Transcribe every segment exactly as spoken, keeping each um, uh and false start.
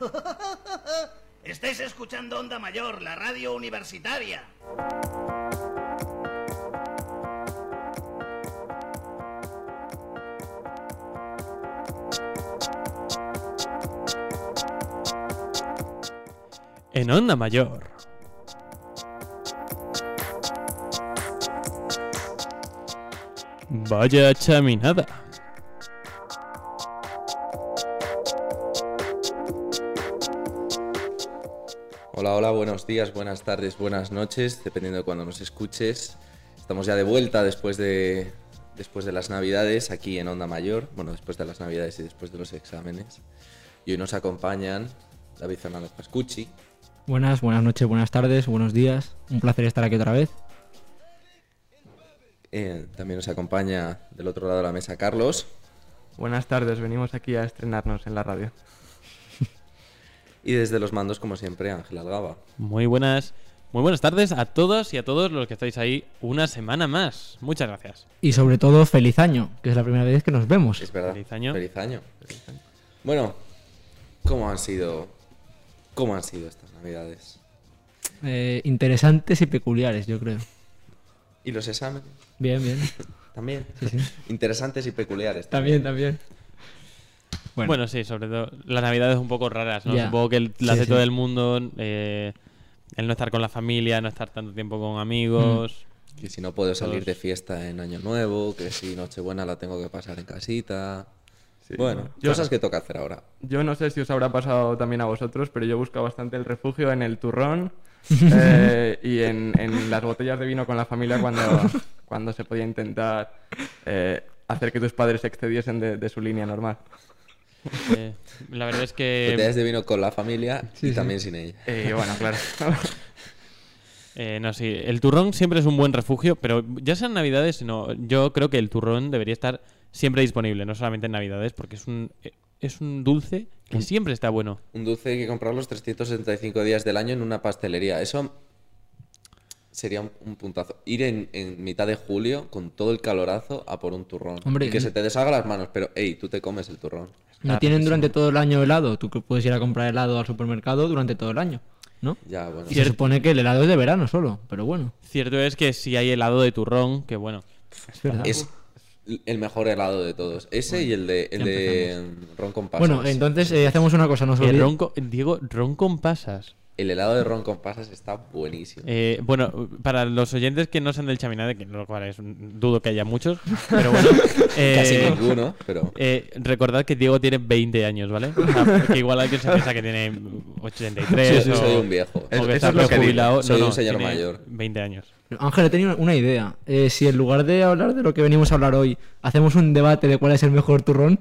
Estáis escuchando Onda Mayor, la radio universitaria. En Onda Mayor. Vaya chaminada. Hola, hola, buenos días, buenas tardes, buenas noches, dependiendo de cuando nos escuches. Estamos ya de vuelta después de, después de las Navidades aquí en Onda Mayor. Bueno, después de las Navidades y después de los exámenes. Y hoy nos acompañan David Fernández Pascucci. Buenas, buenas noches, buenas tardes, buenos días. Un placer estar aquí otra vez. Eh, también nos acompaña del otro lado de la mesa Carlos. Buenas tardes, venimos aquí a estrenarnos en la radio. Y desde los mandos, como siempre, Ángel Algaba. Muy buenas, muy buenas tardes a todos y a todos los que estáis ahí una semana más. Muchas gracias. Y sobre todo, feliz año, que es la primera vez que nos vemos. Es verdad. Feliz año. Feliz año. Feliz año. Bueno, ¿cómo han sido, cómo han sido estas Navidades? Eh, interesantes y peculiares, yo creo. ¿Y los exámenes? Bien, bien. También. Sí, sí. Interesantes y peculiares. También, también. Bueno. bueno, sí, sobre todo las Navidades un poco raras, ¿no? Ya. Supongo que el- las Sí, de sí. todo el mundo, eh, el no estar con la familia, no estar tanto tiempo con amigos. Que si no puedo salir Todos. de fiesta en Año Nuevo, que si Nochebuena la tengo que pasar en casita. Sí, Bueno, yo- cosas que toca hacer ahora. Yo no sé si os habrá pasado también a vosotros, pero yo busco bastante el refugio en el turrón eh, y en, en las botellas de vino con la familia cuando, cuando se podía intentar eh, hacer que tus padres se excediesen de, de su línea normal. Eh, la verdad es que... Botellas de vino con la familia Sí, y sí. también sin ella. Y bueno, claro. Eh, no, sí, el turrón siempre es un buen refugio, pero ya sean Navidades, sino yo creo que el turrón debería estar siempre disponible, no solamente en Navidades, porque es un eh, es un dulce que siempre está bueno. Un dulce hay que comprar los trescientos sesenta y cinco días del año en una pastelería. Eso sería un, un puntazo. Ir en, en mitad de julio con todo el calorazo a por un turrón. Hombre, y que y- se te deshaga las manos, pero hey, tú te comes el turrón. ¿No Claro, tienen sí. durante todo el año helado? Tú que puedes ir a comprar helado al supermercado durante todo el año, ¿no? Ya, bueno. Y se supone que el helado es de verano solo, pero bueno. Cierto es que si hay helado de turrón, que bueno, Es verdad. Es el mejor helado de todos. Ese y el de, el ya de ron con pasas. Bueno, entonces eh, hacemos una cosa, nos el olvida- ron con- Diego, ron con pasas. El helado de ron con pasas está buenísimo. Eh, bueno, para los oyentes que no sean del Chaminade, que lo cual es dudo que haya muchos, pero bueno, eh, Casi ninguno, pero... eh, recordad que Diego tiene veinte años, ¿vale? O sea, que igual alguien se piensa que tiene ochenta y tres Sí, sí, o, soy un viejo. o Es- que eso está es lo que digo. jubilado. Soy no, un no, señor tiene mayor. veinte años. Ángel, he tenido una idea. Eh, si en lugar de hablar de lo que venimos a hablar hoy, hacemos un debate de cuál es el mejor turrón.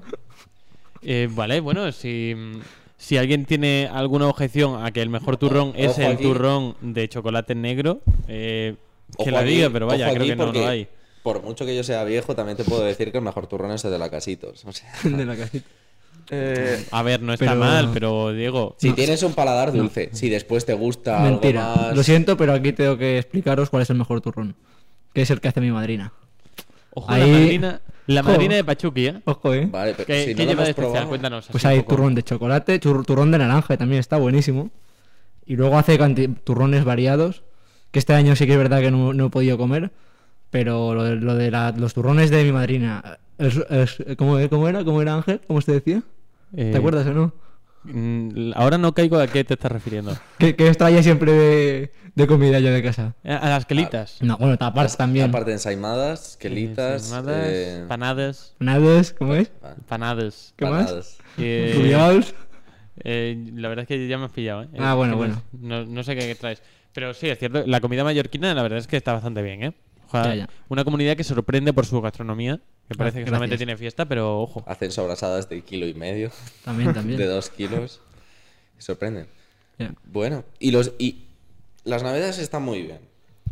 Eh, vale, bueno, si, si alguien tiene alguna objeción a que el mejor turrón es Ojo el aquí. turrón de chocolate negro, eh, que Ojo la aquí, diga, pero vaya, ojo creo aquí que no porque lo hay. Por mucho que yo sea viejo, también te puedo decir que el mejor turrón es el de la Casitos. O sea, de la casita. Eh, A ver, no está Pero- mal, pero Diego, si tienes un paladar dulce, si después te gusta Mentira. algo más... Lo siento, pero aquí tengo que explicaros cuál es el mejor turrón. Que es el que hace mi madrina. ojo, Ahí- la madrina, la Jo. madrina de Pachuqui, ¿eh? Ojo, ¿eh? Vale, pero ¿Qué, si qué no lo lleva hemos de especial? probado- Cuéntanos. Pues así hay un poco. turrón de chocolate, chur- turrón de naranja, que también está buenísimo. Y luego hace canti- turrones variados, que este año sí que es verdad que no, no he podido comer. Pero lo de, lo de la- los turrones de mi madrina, es, es- ¿cómo, ¿cómo era? ¿Cómo era, Ángel? ¿Cómo se decía? Eh, ¿Te acuerdas o no? mm, Ahora no caigo a qué te estás refiriendo. ¿Qué, qué os traía siempre de, de comida yo de casa? Eh, A las quelitas. No, bueno, tapas también. Aparte de ensaimadas, quelitas... Ensaimadas, eh, panadas. Nades, ¿cómo es? pa- Panadas. ¿Qué más? panadas. Eh, Rubials. eh, la verdad es que ya me has pillado, ¿eh? Ah, Es bueno, que bueno. No, no- no sé qué traes. Pero sí, es cierto. La comida mallorquina, la verdad es que está bastante bien, ¿eh? Ojalá- Ya, ya. Una comunidad que sorprende por su gastronomía. Que parece que Gracias. solamente tiene fiesta, pero ojo. Hacen sobrasadas de kilo y medio, También, también. de dos kilos. Sorprenden. Ya. Bueno, y los y las navidades están muy bien.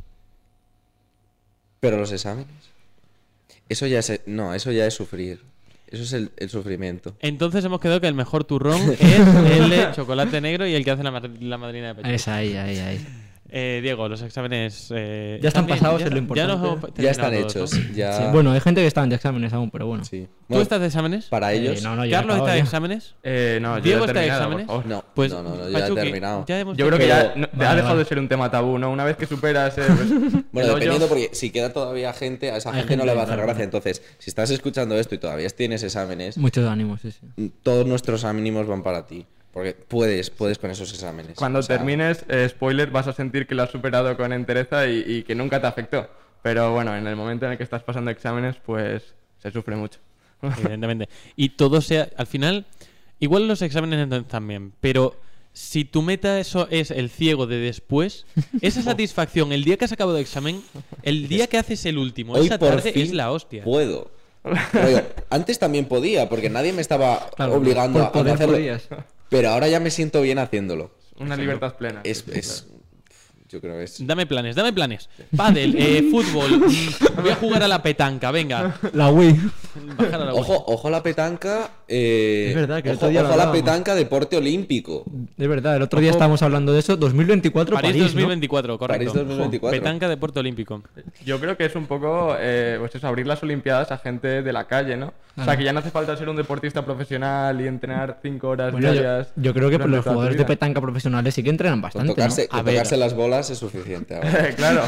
Pero los exámenes. Eso ya es no, eso ya es sufrir. Eso es el, el sufrimiento. Entonces hemos quedado que el mejor turrón es el de chocolate negro y el que hace la, ma- la madrina de pecho. Es ahí, ahí, ahí. Eh, Diego, los exámenes... eh, Ya están también- pasados, ya- es lo Ya, importante. los hemos Ya terminado están todos, hechos. ¿no? Ya... Sí, bueno, hay gente que está en exámenes aún, pero bueno. Sí. ¿Tú Bueno, estás de exámenes? para Eh, ellos. no, no, ya ¿Carlos acabado está de ya. exámenes? Eh, no, yo ¿Diego ya he está de terminado, exámenes? por favor. No, Pues, no, no, no, ya he Pachuqui, terminado. ya hemos Yo creo que terminado. ya no- Vale, ha dejado vale. de ser un tema tabú, ¿no? Una vez que superas eh, pues, Bueno, el hoyo- dependiendo, porque si queda todavía gente, a esa Hay gente no gente, le va a hacer claro. gracia. Entonces, si estás escuchando esto y todavía tienes exámenes, Muchos ánimos, sí, sí. todos nuestros ánimos van para ti. Porque puedes, puedes con esos exámenes. Cuando O sea, termines, eh, spoiler, vas a sentir que lo has superado con entereza y, y que nunca te afectó. Pero bueno, en el momento en el que estás pasando exámenes, pues se sufre mucho. Evidentemente. Y todo sea... Al final, igual los exámenes entonces también, pero si tu meta eso es el ciego de después, esa satisfacción, el día que has acabado el examen, el día que haces el último, hoy esa por tarde fin es la hostia. puedo. Pero antes también podía, porque nadie me estaba Claro, obligando por a poder hacerlo. podías. Pero ahora ya me siento bien haciéndolo. Una libertad plena. Es, es- yo creo que es... Dame planes, dame planes. Pádel, eh, fútbol, mm, voy a jugar a la petanca, venga. La Wii. Bajar a la Ojo, ojo a la petanca. eh, Es verdad que el ojo, otro día lo ojo a la hablábamos. petanca, deporte olímpico. Es verdad, el otro día estábamos hablando de eso. dos mil veinticuatro, París, París, dos mil ¿no? veinticuatro, correcto. París dos mil veinticuatro. Petanca, deporte olímpico. Yo creo que es un poco, eh, pues eso, abrir las Olimpiadas a gente de la calle, ¿no? O sea, Claro. que ya no hace falta ser un deportista profesional y entrenar cinco horas Bueno, yo, diarias. yo creo que durante los toda tu jugadores de vida. petanca profesionales sí que entrenan Con bastante, tocarse, ¿no? con A ver. tocarse las bolas es suficiente ahora. Claro.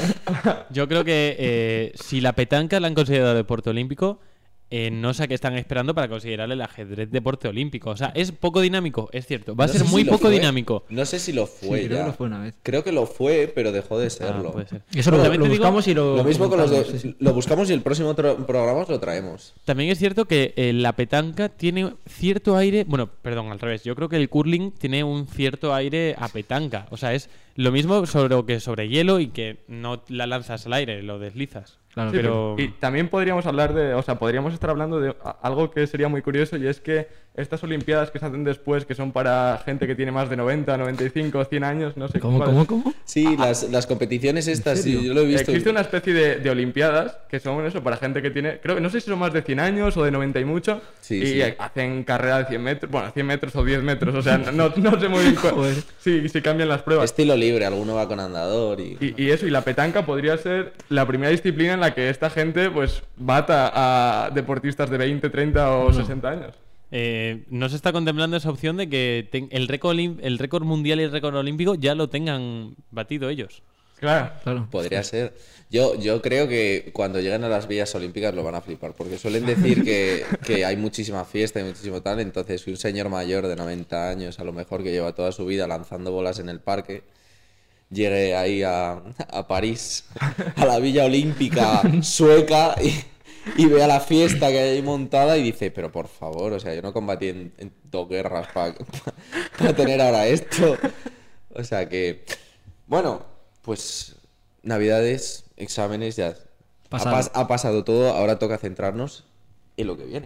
Yo creo que eh, si la petanca la han considerado deporte olímpico, eh, no sé a qué están esperando para considerar el ajedrez deporte olímpico. O sea, es poco dinámico, es cierto. Va a No ser sé muy si lo poco fue. dinámico. No sé si lo Sí, fue creo ya. que lo fue una vez. Creo que lo fue, pero dejó de serlo. Ah, puede ser. Y eso Bueno, lo, también lo te digo- buscamos y lo. Lo mismo con los de, comentamos, sí, sí. lo buscamos y el próximo tro- programa os lo traemos. También es cierto que eh, la petanca tiene cierto aire. Bueno, perdón, al revés. Yo creo que el curling tiene un cierto aire a petanca. O sea, es lo mismo sobre que sobre hielo y que no la lanzas al aire, lo deslizas. Claro, Sí, pero. Y también podríamos hablar de, o sea, podríamos estar hablando de a- algo que sería muy curioso y es que estas Olimpiadas que se hacen después, que son para gente que tiene más de noventa, noventa y cinco, cien años, no sé ¿Cómo, cuáles- cómo, cómo? Sí, las, las competiciones estas, sí, yo lo he visto. Existe una especie de, de Olimpiadas que son eso para gente que tiene, creo que no sé si son más de cien años o de noventa y mucho, Sí, y sí. hacen carrera de cien metros, bueno, cien metros o diez metros, o sea, no, no sé muy bien cuál, Joder. sí, sí cambian las pruebas. Estilo libre, alguno va con andador y... Y, y eso, y la petanca podría ser la primera disciplina en la que esta gente pues bata a deportistas de veinte, treinta o sesenta años. Eh, no se está contemplando esa opción de que ten- el récord olim- el récord mundial y el récord olímpico ya lo tengan batido ellos. Claro. Claro. Podría ser. Yo, yo creo que cuando lleguen a las villas olímpicas lo van a flipar, porque suelen decir que, que hay muchísima fiesta y muchísimo tal, entonces un señor mayor de noventa años, a lo mejor que lleva toda su vida lanzando bolas en el parque, llegue ahí a, a París, a la villa olímpica sueca y, y vea la fiesta que hay ahí montada y dice, pero por favor, o sea, yo no combatí en, en dos guerras para tener ahora esto. O sea que, bueno, pues navidades, exámenes, ya ha, Pasado. pas- ha pasado todo, ahora toca centrarnos en lo que viene.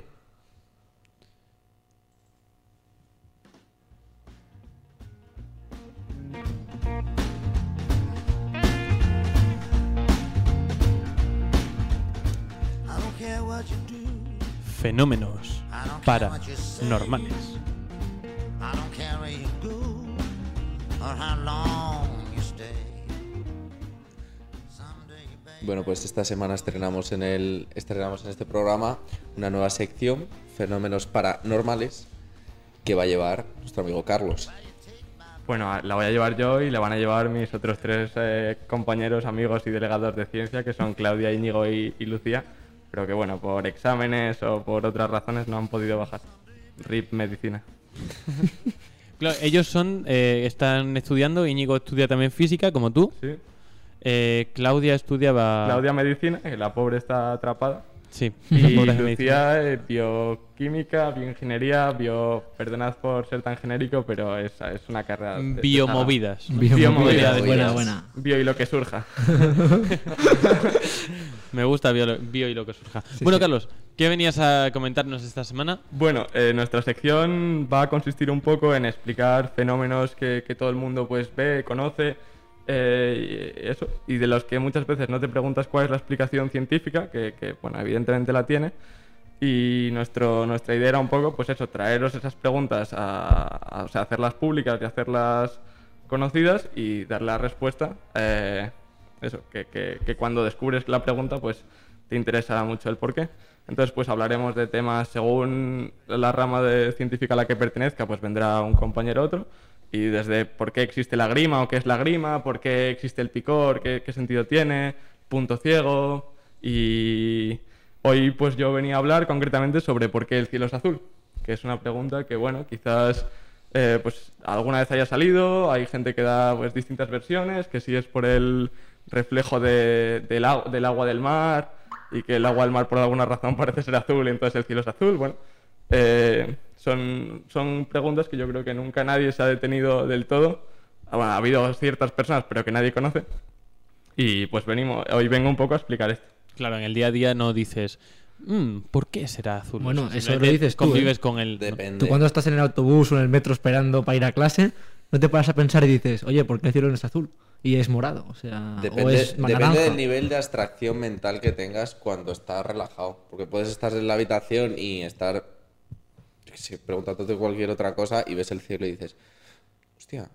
I don't care what you do. Fenómenos paranormales. I don't care where you go or how long you stay. Someday, baby. Bueno, pues esta semana estrenamos en el estrenamos en este programa una nueva sección, Fenómenos Paranormales, que va a llevar nuestro amigo Carlos. Bueno, la voy a llevar yo y la van a llevar mis otros tres eh, compañeros, amigos y delegados de ciencia, que son Claudia, Íñigo y, y Lucía, pero que bueno, por exámenes o por otras razones no han podido bajar. R I P medicina. Claro, ellos son eh, están estudiando, Íñigo estudia también física, como tú. Sí. Eh, Claudia estudiaba... Claudia medicina, que la pobre está atrapada. Sí. Y Pobre medicina. Lucía eh, bioquímica, bioingeniería, bio... Perdonad por ser tan genérico, pero es, es una carrera... de- Biomovidas. Biomovidas. Biomovidas. Buena, Biomovidas. buena. Bio y lo que surja. Me gusta bio, bio y lo que surja. bueno, Carlos, ¿qué venías a comentarnos esta semana? Bueno, eh, nuestra sección va a consistir un poco en explicar fenómenos que, que todo el mundo pues ve, conoce, eh, y eso, y de los que muchas veces no te preguntas cuál es la explicación científica, que, que, bueno, evidentemente la tiene, y nuestro, nuestra idea era un poco, pues eso, traeros esas preguntas, a, a- o sea, hacerlas públicas y hacerlas conocidas y dar la respuesta. Eh, eso, que, que, que cuando descubres la pregunta, pues te interesa mucho el porqué. Entonces, pues hablaremos de temas según la rama de científica a la que pertenezca, pues vendrá un compañero otro. Y desde por qué existe la grima o qué es la grima, por qué existe el picor, qué, qué sentido tiene, punto ciego. Y hoy pues yo venía a hablar concretamente sobre por qué el cielo es azul, que es una pregunta que, bueno, quizás eh, pues alguna vez haya salido, hay gente que da pues distintas versiones, que si es por el reflejo de, del, agua, del agua del mar y que el agua del mar por alguna razón parece ser azul y entonces el cielo es azul. Bueno, eh, son, son preguntas que yo creo que nunca nadie se ha detenido del todo. Bueno, ha habido ciertas personas pero que nadie conoce y pues venimos, hoy vengo un poco a explicar esto. Claro, en el día a día no dices, mmm, ¿por qué será azul? Bueno, eso Simplemente lo dices tú, convives ¿eh? con el... ¿no? Depende. Tú cuando estás en el autobús o en el metro esperando para ir a clase, no te paras a pensar y dices, oye, ¿por qué el cielo no es azul? Y es morado, o sea, Depende, o es depende naranja. del nivel de abstracción mental que tengas cuando estás relajado. Porque puedes estar en la habitación y estar yo qué sé, preguntándote cualquier otra cosa y ves el cielo y dices, hostia,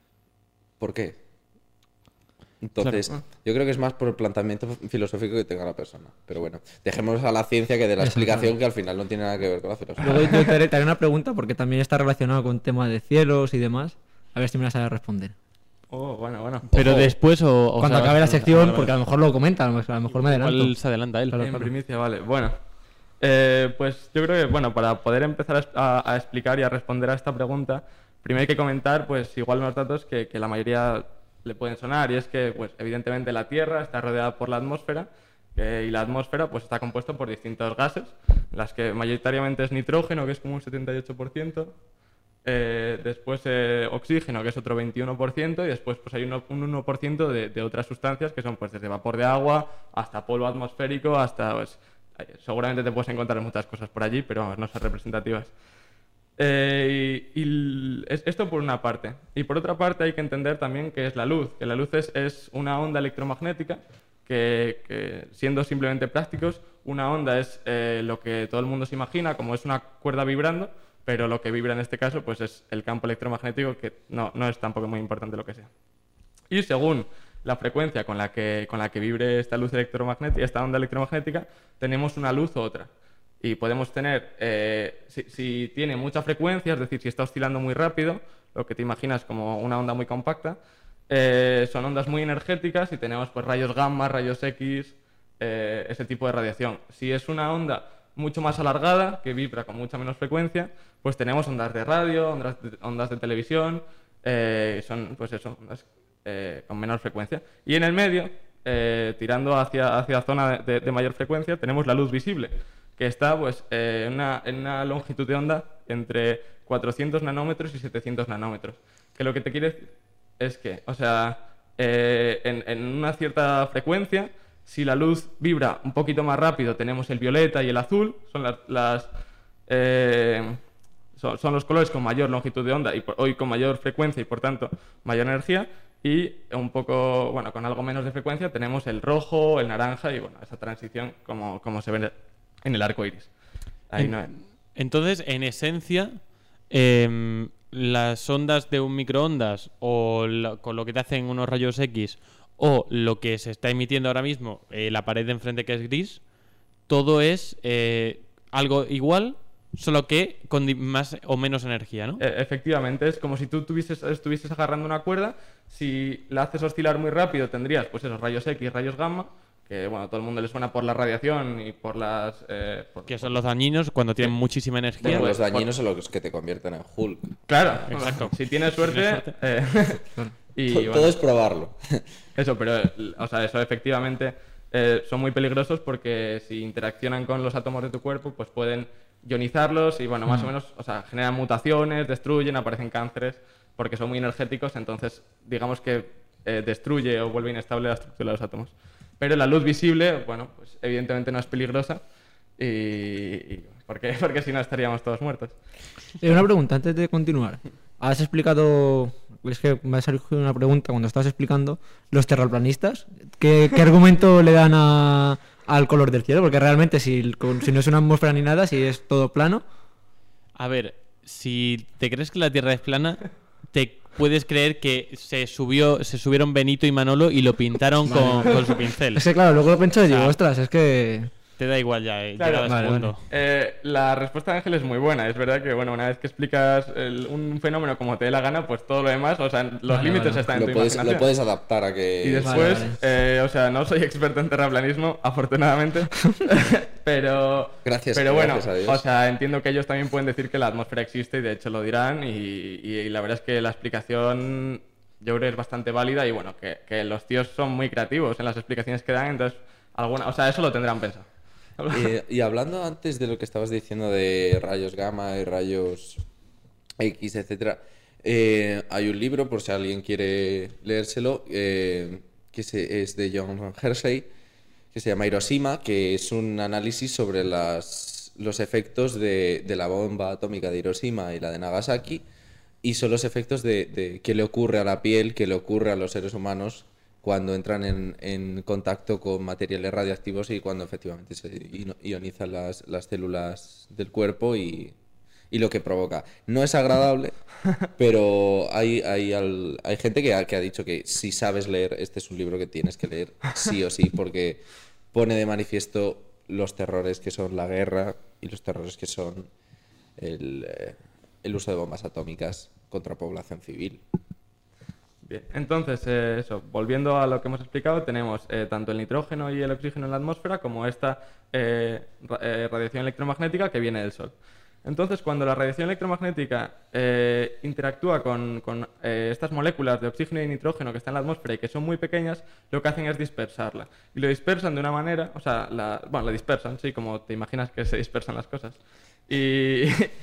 ¿por qué? Entonces, Claro. yo creo que es más por el planteamiento filosófico que tenga la persona. Pero bueno, dejemos a la ciencia que dé la Eso, explicación claro. que al final no tiene nada que ver con la filosofía. Luego yo te haré, te haré una pregunta porque también está relacionado con tema de cielos y demás. A ver si me la sabes responder. Oh, bueno, bueno. Pero Ojo. después o... o Cuando sea, acabe la o sea, sección, vale, porque a vale. lo mejor lo comenta, a lo mejor- a lo mejor me adelanto. Igual se adelanta él. Claro. En primicia, vale. Bueno, eh, pues yo creo que, bueno, para poder empezar a, a- a explicar y a responder a esta pregunta, primero hay que comentar, pues, igual unos datos que, que la mayoría le pueden sonar, y es que, pues, evidentemente la Tierra está rodeada por la atmósfera, eh, y la atmósfera, pues, está compuesta por distintos gases, las que mayoritariamente es nitrógeno, que es como un setenta y ocho por ciento, eh, después eh, oxígeno, que es otro veintiuno por ciento, y después pues hay uno- un uno por ciento de, de otras sustancias que son pues desde vapor de agua hasta polvo atmosférico, hasta pues, eh, seguramente te puedes encontrar muchas cosas por allí, pero vamos, no son representativas. Eh, y, y l- es- esto por una parte. Y por otra parte hay que entender también qué es la luz, que la luz es, es una onda electromagnética que, que, siendo simplemente prácticos, una onda es eh, lo que todo el mundo se imagina, como es una cuerda vibrando, pero lo que vibra en este caso pues es el campo electromagnético, que no, no es tampoco muy importante lo que sea. Y según la frecuencia con la que, con la que vibre esta luz electromagnética, esta onda electromagnética, tenemos una luz u otra. Y podemos tener, eh, si, si tiene mucha frecuencia, es decir, si está oscilando muy rápido, lo que te imaginas como una onda muy compacta, eh, son ondas muy energéticas y tenemos pues rayos gamma, rayos X, eh, ese tipo de radiación. Si es una onda mucho más alargada, que vibra con mucha menos frecuencia, pues tenemos ondas de radio, ondas de, ondas de televisión, eh, son pues eso, ondas eh, con menor frecuencia. Y en el medio, eh, tirando hacia, hacia zona de, de mayor frecuencia, tenemos la luz visible, que está pues, eh, en, una, en una longitud de onda entre cuatrocientos nanómetros y setecientos nanómetros. Que lo que te quiere decir es que, o sea, eh, en, en una cierta frecuencia, si la luz vibra un poquito más rápido, tenemos el violeta y el azul, son las, las eh, son, son los colores con mayor longitud de onda y por, hoy con mayor frecuencia y por tanto mayor energía, y un poco, bueno, con algo menos de frecuencia tenemos el rojo, el naranja y bueno, esa transición como, como se ve en el arco iris. Ahí no es. Entonces, en esencia, em, las ondas de un microondas o la- con lo que te hacen unos rayos X o lo que se está emitiendo ahora mismo, eh, la pared de enfrente que es gris, todo es eh, algo igual, solo que con di- más o menos energía, ¿no? Eh, Efectivamente, es como si tú tuvieses, estuvieses agarrando una cuerda, si la haces oscilar muy rápido tendrías pues esos rayos X, rayos gamma, que bueno, a todo el mundo le suena por la radiación y por las... eh, por- Que por- son los dañinos cuando tienen muchísima energía. Pero pues, los dañinos son los que te convierten en Hulk. Claro, Exacto. si tienes suerte... eh, y Todo bueno, es probarlo. eso, pero eh, o sea, eso efectivamente eh, son muy peligrosos porque si interaccionan con los átomos de tu cuerpo, pues pueden ionizarlos y bueno, más o menos, o sea, generan mutaciones, destruyen, aparecen cánceres porque son muy energéticos, entonces digamos que eh, destruye o vuelve inestable la estructura de los átomos. Pero la luz visible, bueno, pues evidentemente no es peligrosa y, y ¿por qué? Porque si no estaríamos todos muertos. Eh, una pregunta antes de continuar. Has explicado, es que me ha salido una pregunta cuando estabas explicando los terraplanistas. ¿Qué, qué argumento le dan a, al color del cielo? Porque realmente si, el- con- si no es una atmósfera ni nada, si es todo plano, A ver, si te crees que la Tierra es plana, te puedes creer que se subió se subieron Benito y Manolo y lo pintaron con, con su pincel. Es que claro, luego lo pienso y digo, O sea, ostras, es que... Te da igual ya, eh, Claro, llegado a ese vale, punto. vale. Eh, la respuesta de Ángel es muy buena. Es verdad que, bueno, una vez que explicas el- un fenómeno como te dé la gana, pues todo lo demás, o sea, los Vale, límites vale. están en Lo tu puedes, imaginación. lo puedes adaptar a que... Y después, Vale, vale. eh, o sea, no soy experto en terraplanismo, afortunadamente, pero, Gracias, pero bueno, gracias a Dios. o sea, entiendo que ellos también pueden decir que la atmósfera existe y de hecho lo dirán y, y la verdad es que la explicación yo creo que es bastante válida y bueno, que, que los tíos son muy creativos en las explicaciones que dan, entonces, alguna, o sea, eso lo tendrán pensado. Eh, y hablando antes de lo que estabas diciendo de rayos gamma y rayos X, etcétera, eh, hay un libro, por si alguien quiere leérselo, eh, que se- es de John Hersey, que se llama Hiroshima, que es un análisis sobre las, los efectos de, de la bomba atómica de Hiroshima y la de Nagasaki, y son los efectos de, de qué le ocurre a la piel, qué le ocurre a los seres humanos cuando entran en, en contacto con materiales radiactivos y cuando efectivamente se ino- ionizan las, las células del cuerpo y, y lo que provoca. No es agradable, pero hay, hay, al- hay gente que ha, que ha dicho que si sabes leer, este es un libro que tienes que leer sí o sí, porque pone de manifiesto los terrores que son la guerra y los terrores que son el, eh, el uso de bombas atómicas contra población civil. Bien, entonces, eh, eso, volviendo a lo que hemos explicado, tenemos eh, tanto el nitrógeno y el oxígeno en la atmósfera como esta eh, ra- eh, radiación electromagnética que viene del Sol. Entonces, cuando la radiación electromagnética eh, interactúa con, con, eh, estas moléculas de oxígeno y nitrógeno que están en la atmósfera y que son muy pequeñas, lo que hacen es dispersarla. Y lo dispersan de una manera, o sea, la, bueno, la dispersan, sí, como te imaginas que se dispersan las cosas. Y,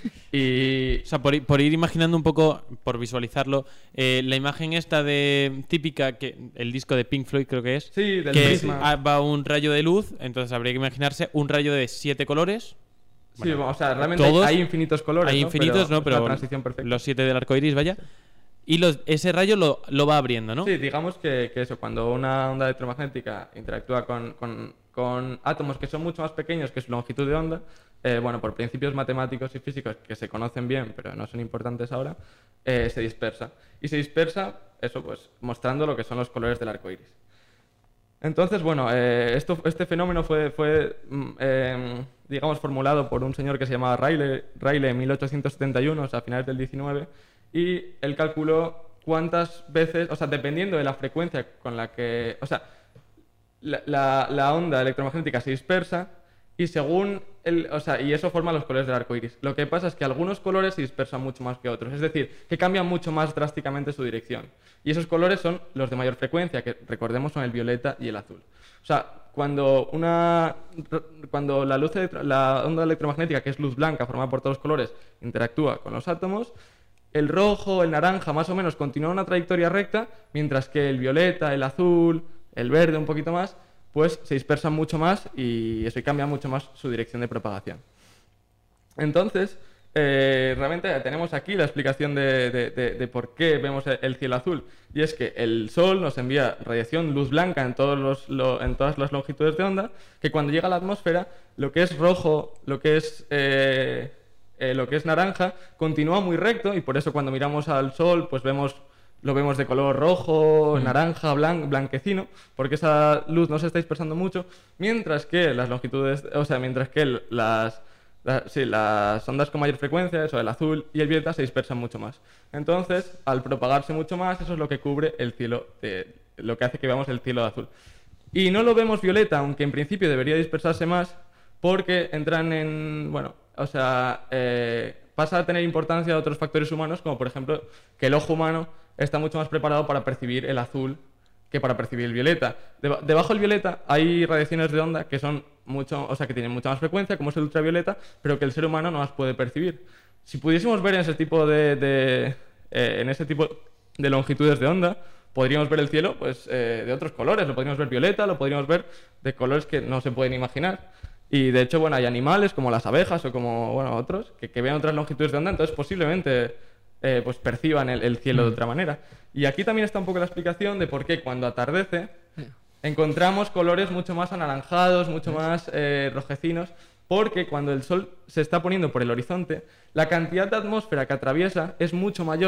y O sea, por, ir- por ir imaginando un poco, por visualizarlo, eh, la imagen esta de típica, que el disco de Pink Floyd creo que es, Sí, del que prisma. ah, va un rayo de luz, entonces habría que imaginarse un rayo de siete colores. sí, Bueno, o sea, realmente todos- hay infinitos colores. Hay ¿no? infinitos, ¿no? es Pero una transición perfecta. los siete del arco iris, vaya. Y los, ese rayo lo, lo va abriendo, ¿no? Sí, digamos que, que eso, cuando una onda electromagnética interactúa con, con- con átomos que son mucho más pequeños que su longitud de onda, eh, bueno, por principios matemáticos y físicos que se conocen bien, pero no son importantes ahora, eh, se dispersa. Y se dispersa, eso pues, mostrando lo que son los colores del arco iris. Entonces, bueno, eh, esto, este fenómeno fue, fue mm, eh, digamos, formulado por un señor que se llamaba Rayleigh, Rayleigh en mil ochocientos setenta y uno, o sea, a finales del diecinueve, y él calculó cuántas veces, o sea, dependiendo de la frecuencia con la que, o sea, la, la- la onda electromagnética se dispersa y según el, o sea, y eso forma los colores del arco iris. Lo que pasa es que algunos colores se dispersan mucho más que otros, es decir, que cambian mucho más drásticamente su dirección. Y esos colores son los de mayor frecuencia, que recordemos son el violeta y el azul. O sea, cuando una cuando la luz electro- la onda electromagnética, que es luz blanca formada por todos los colores, interactúa con los átomos, el rojo, el naranja, más o menos continúa una trayectoria recta, mientras que el violeta, el azul, el verde un poquito más, pues se dispersan mucho más y eso y cambia mucho más su dirección de propagación. Entonces, eh, realmente tenemos aquí la explicación de, de- de- de por qué vemos el- el cielo azul. Y es que el Sol nos envía radiación luz blanca en, todos los- lo- en todas las longitudes de onda, que cuando llega a la atmósfera, lo que es rojo, lo que es, eh, eh, lo que es naranja, continúa muy recto y por eso cuando miramos al Sol, pues vemos lo vemos de color rojo, naranja, blan- blanquecino, porque esa luz no se está dispersando mucho, mientras que las longitudes, o sea, mientras que el- las, la- sí, las ondas con mayor frecuencia, eso, el azul y el violeta, se dispersan mucho más. Entonces, al propagarse mucho más, eso es lo que cubre el cielo, de- lo que hace que veamos el cielo azul. Y no lo vemos violeta, aunque en principio debería dispersarse más, porque entran en, bueno, o sea, eh, pasa a tener importancia a otros factores humanos, como por ejemplo que el ojo humano está mucho más preparado para percibir el azul que para percibir el violeta. Deba- debajo del violeta hay radiaciones de onda que son mucho, o sea, que tienen mucha más frecuencia, como es el ultravioleta, pero que el ser humano no las puede percibir. Si pudiésemos ver en ese tipo de, de, eh, en ese tipo de longitudes de onda, podríamos ver el cielo, pues, eh, de otros colores. Lo podríamos ver violeta, lo podríamos ver de colores que no se pueden imaginar. Y de hecho, bueno, hay animales como las abejas o como, bueno, otros que, que ven otras longitudes de onda, entonces posiblemente eh, pues perciban el, el cielo de otra manera. Y aquí también está un poco la explicación de por qué cuando atardece encontramos colores mucho más anaranjados, mucho más eh, rojecinos, porque cuando el sol se está poniendo por el horizonte, la cantidad de atmósfera que atraviesa es mucho mayor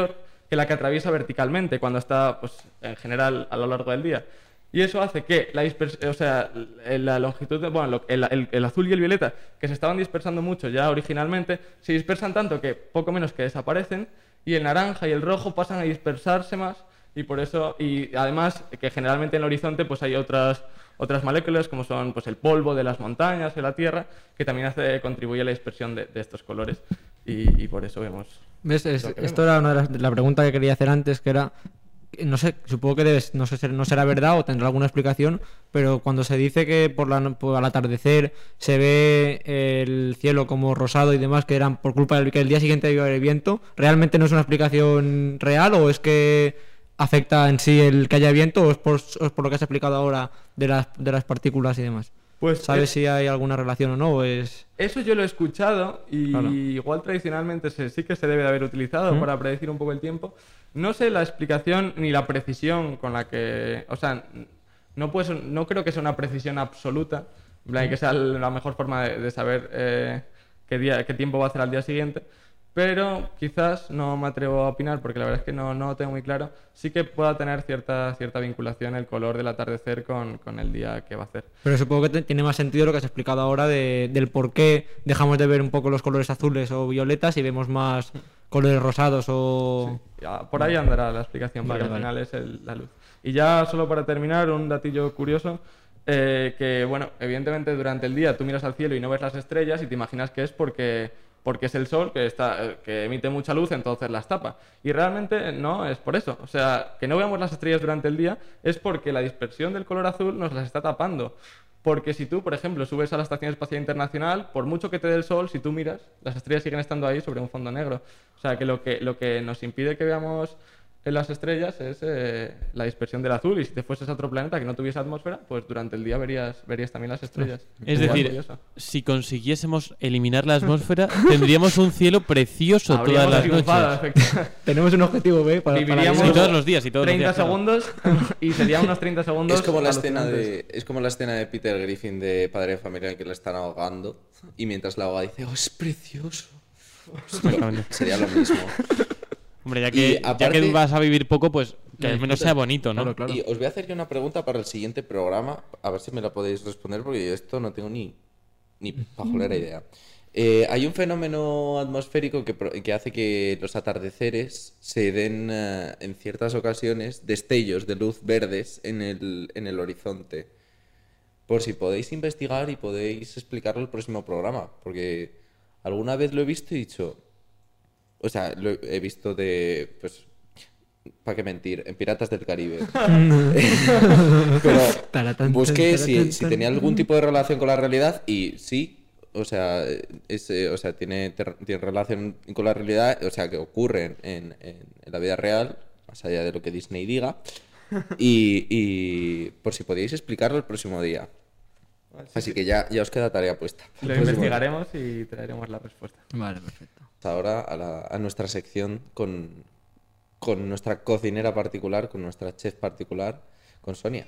que la que atraviesa verticalmente cuando está, pues, en general a lo largo del día. Y eso hace que la dispers- o sea, la longitud, de, bueno, el, el, el azul y el violeta, que se estaban dispersando mucho ya originalmente, se dispersan tanto que poco menos que desaparecen, y el naranja y el rojo pasan a dispersarse más, y por eso, y además que generalmente en el horizonte pues hay otras, otras moléculas como son pues el polvo de las montañas, de la tierra, que también hace, contribuye a la dispersión de, de estos colores, y, y por eso vemos. ¿Ves? Es- lo que esto vemos. era una de las, la pregunta que quería hacer antes, que era, no sé, supongo que debes, no sé, ser- no será verdad o tendrá alguna explicación, pero cuando se dice que por la, no- por al atardecer se ve el cielo como rosado y demás, que eran por culpa del que el día siguiente iba a haber viento, ¿realmente no es una explicación real o es que afecta en sí el que haya viento o es por, o es por lo que has explicado ahora de las, de las partículas y demás? Pues ¿Sabes es- si hay alguna relación o no? O es... Eso yo lo he escuchado y Claro. igual tradicionalmente se, sí que se debe de haber utilizado ¿Mm? para predecir un poco el tiempo. No sé la explicación ni la precisión con la que... O sea, no, puede ser- no creo que sea una precisión absoluta, en plan, que sea la mejor forma de, de saber eh, qué, día, qué tiempo va a hacer al día siguiente. Pero quizás, no me atrevo a opinar porque la verdad es que no, no lo tengo muy claro, sí que pueda tener cierta, cierta vinculación el color del atardecer con, con el día que va a hacer. Pero supongo que te- tiene más sentido lo que has explicado ahora de, del por qué dejamos de ver un poco los colores azules o violetas y vemos más colores rosados o... Ya, por ahí andará la explicación, porque Vale, al vale. final es el- la luz. Y ya solo para terminar, un datillo curioso, eh, que bueno, evidentemente durante el día tú miras al cielo y no ves las estrellas y te imaginas que es porque, porque es el sol que, está, eh, que emite mucha luz, entonces las tapa. Y realmente no es por eso. O sea, que no veamos las estrellas durante el día es porque la dispersión del color azul nos las está tapando. Porque si tú, por ejemplo, subes a la Estación Espacial Internacional, por mucho que te dé el sol, si tú miras, las estrellas siguen estando ahí sobre un fondo negro. O sea, que lo que, lo que nos impide que veamos en las estrellas es eh, la dispersión del azul. Y si te fueses a otro planeta que no tuviese atmósfera, pues durante el día verías, verías también las estrellas. Es Igual decir, curioso. si consiguiésemos eliminar la atmósfera, tendríamos un cielo precioso Habríamos todas las triunfado, noches. efectivamente. Tenemos un objetivo B para, para Viviríamos- Y todos los días, y todos los treinta días. claro. segundos y serían unos treinta segundos. Es como la escena alucinantes. de es como la escena de Peter Griffin de Padre de Familia en que le están ahogando y mientras la ahoga dice, "Oh, es precioso." Exactamente. Sería lo mismo. Hombre, ya Y que, ya aparte- que vas a vivir poco, pues que al menos disfrutas. sea bonito, ¿no? Claro, claro. Y os voy a hacer yo una pregunta para el siguiente programa, a ver si me la podéis responder porque yo esto no tengo ni ni pajolera idea. Eh, hay un fenómeno atmosférico que, pro- que hace que los atardeceres se den eh, en ciertas ocasiones destellos de luz verdes en el, en el horizonte. Por si podéis investigar y podéis explicarlo el próximo programa, porque alguna vez lo he visto y he dicho, o sea, lo he he visto de, pues, ¿para qué mentir? En Piratas del Caribe. Pero Taratán, busqué tan, si, taratán, si tenía algún tipo de relación con la realidad y sí, o sea, es, eh, o sea tiene, ter- tiene relación con la realidad, o sea, que ocurren en, en- en la vida real, más allá de lo que Disney diga. Y, y por si podíais explicarlo el próximo día. Así que ya, ya os queda tarea puesta. Lo Pues investigaremos y traeremos la respuesta. Vale, perfecto. bueno, ahora a, la- a nuestra sección con, con nuestra cocinera particular, con nuestra chef particular, con Sonia.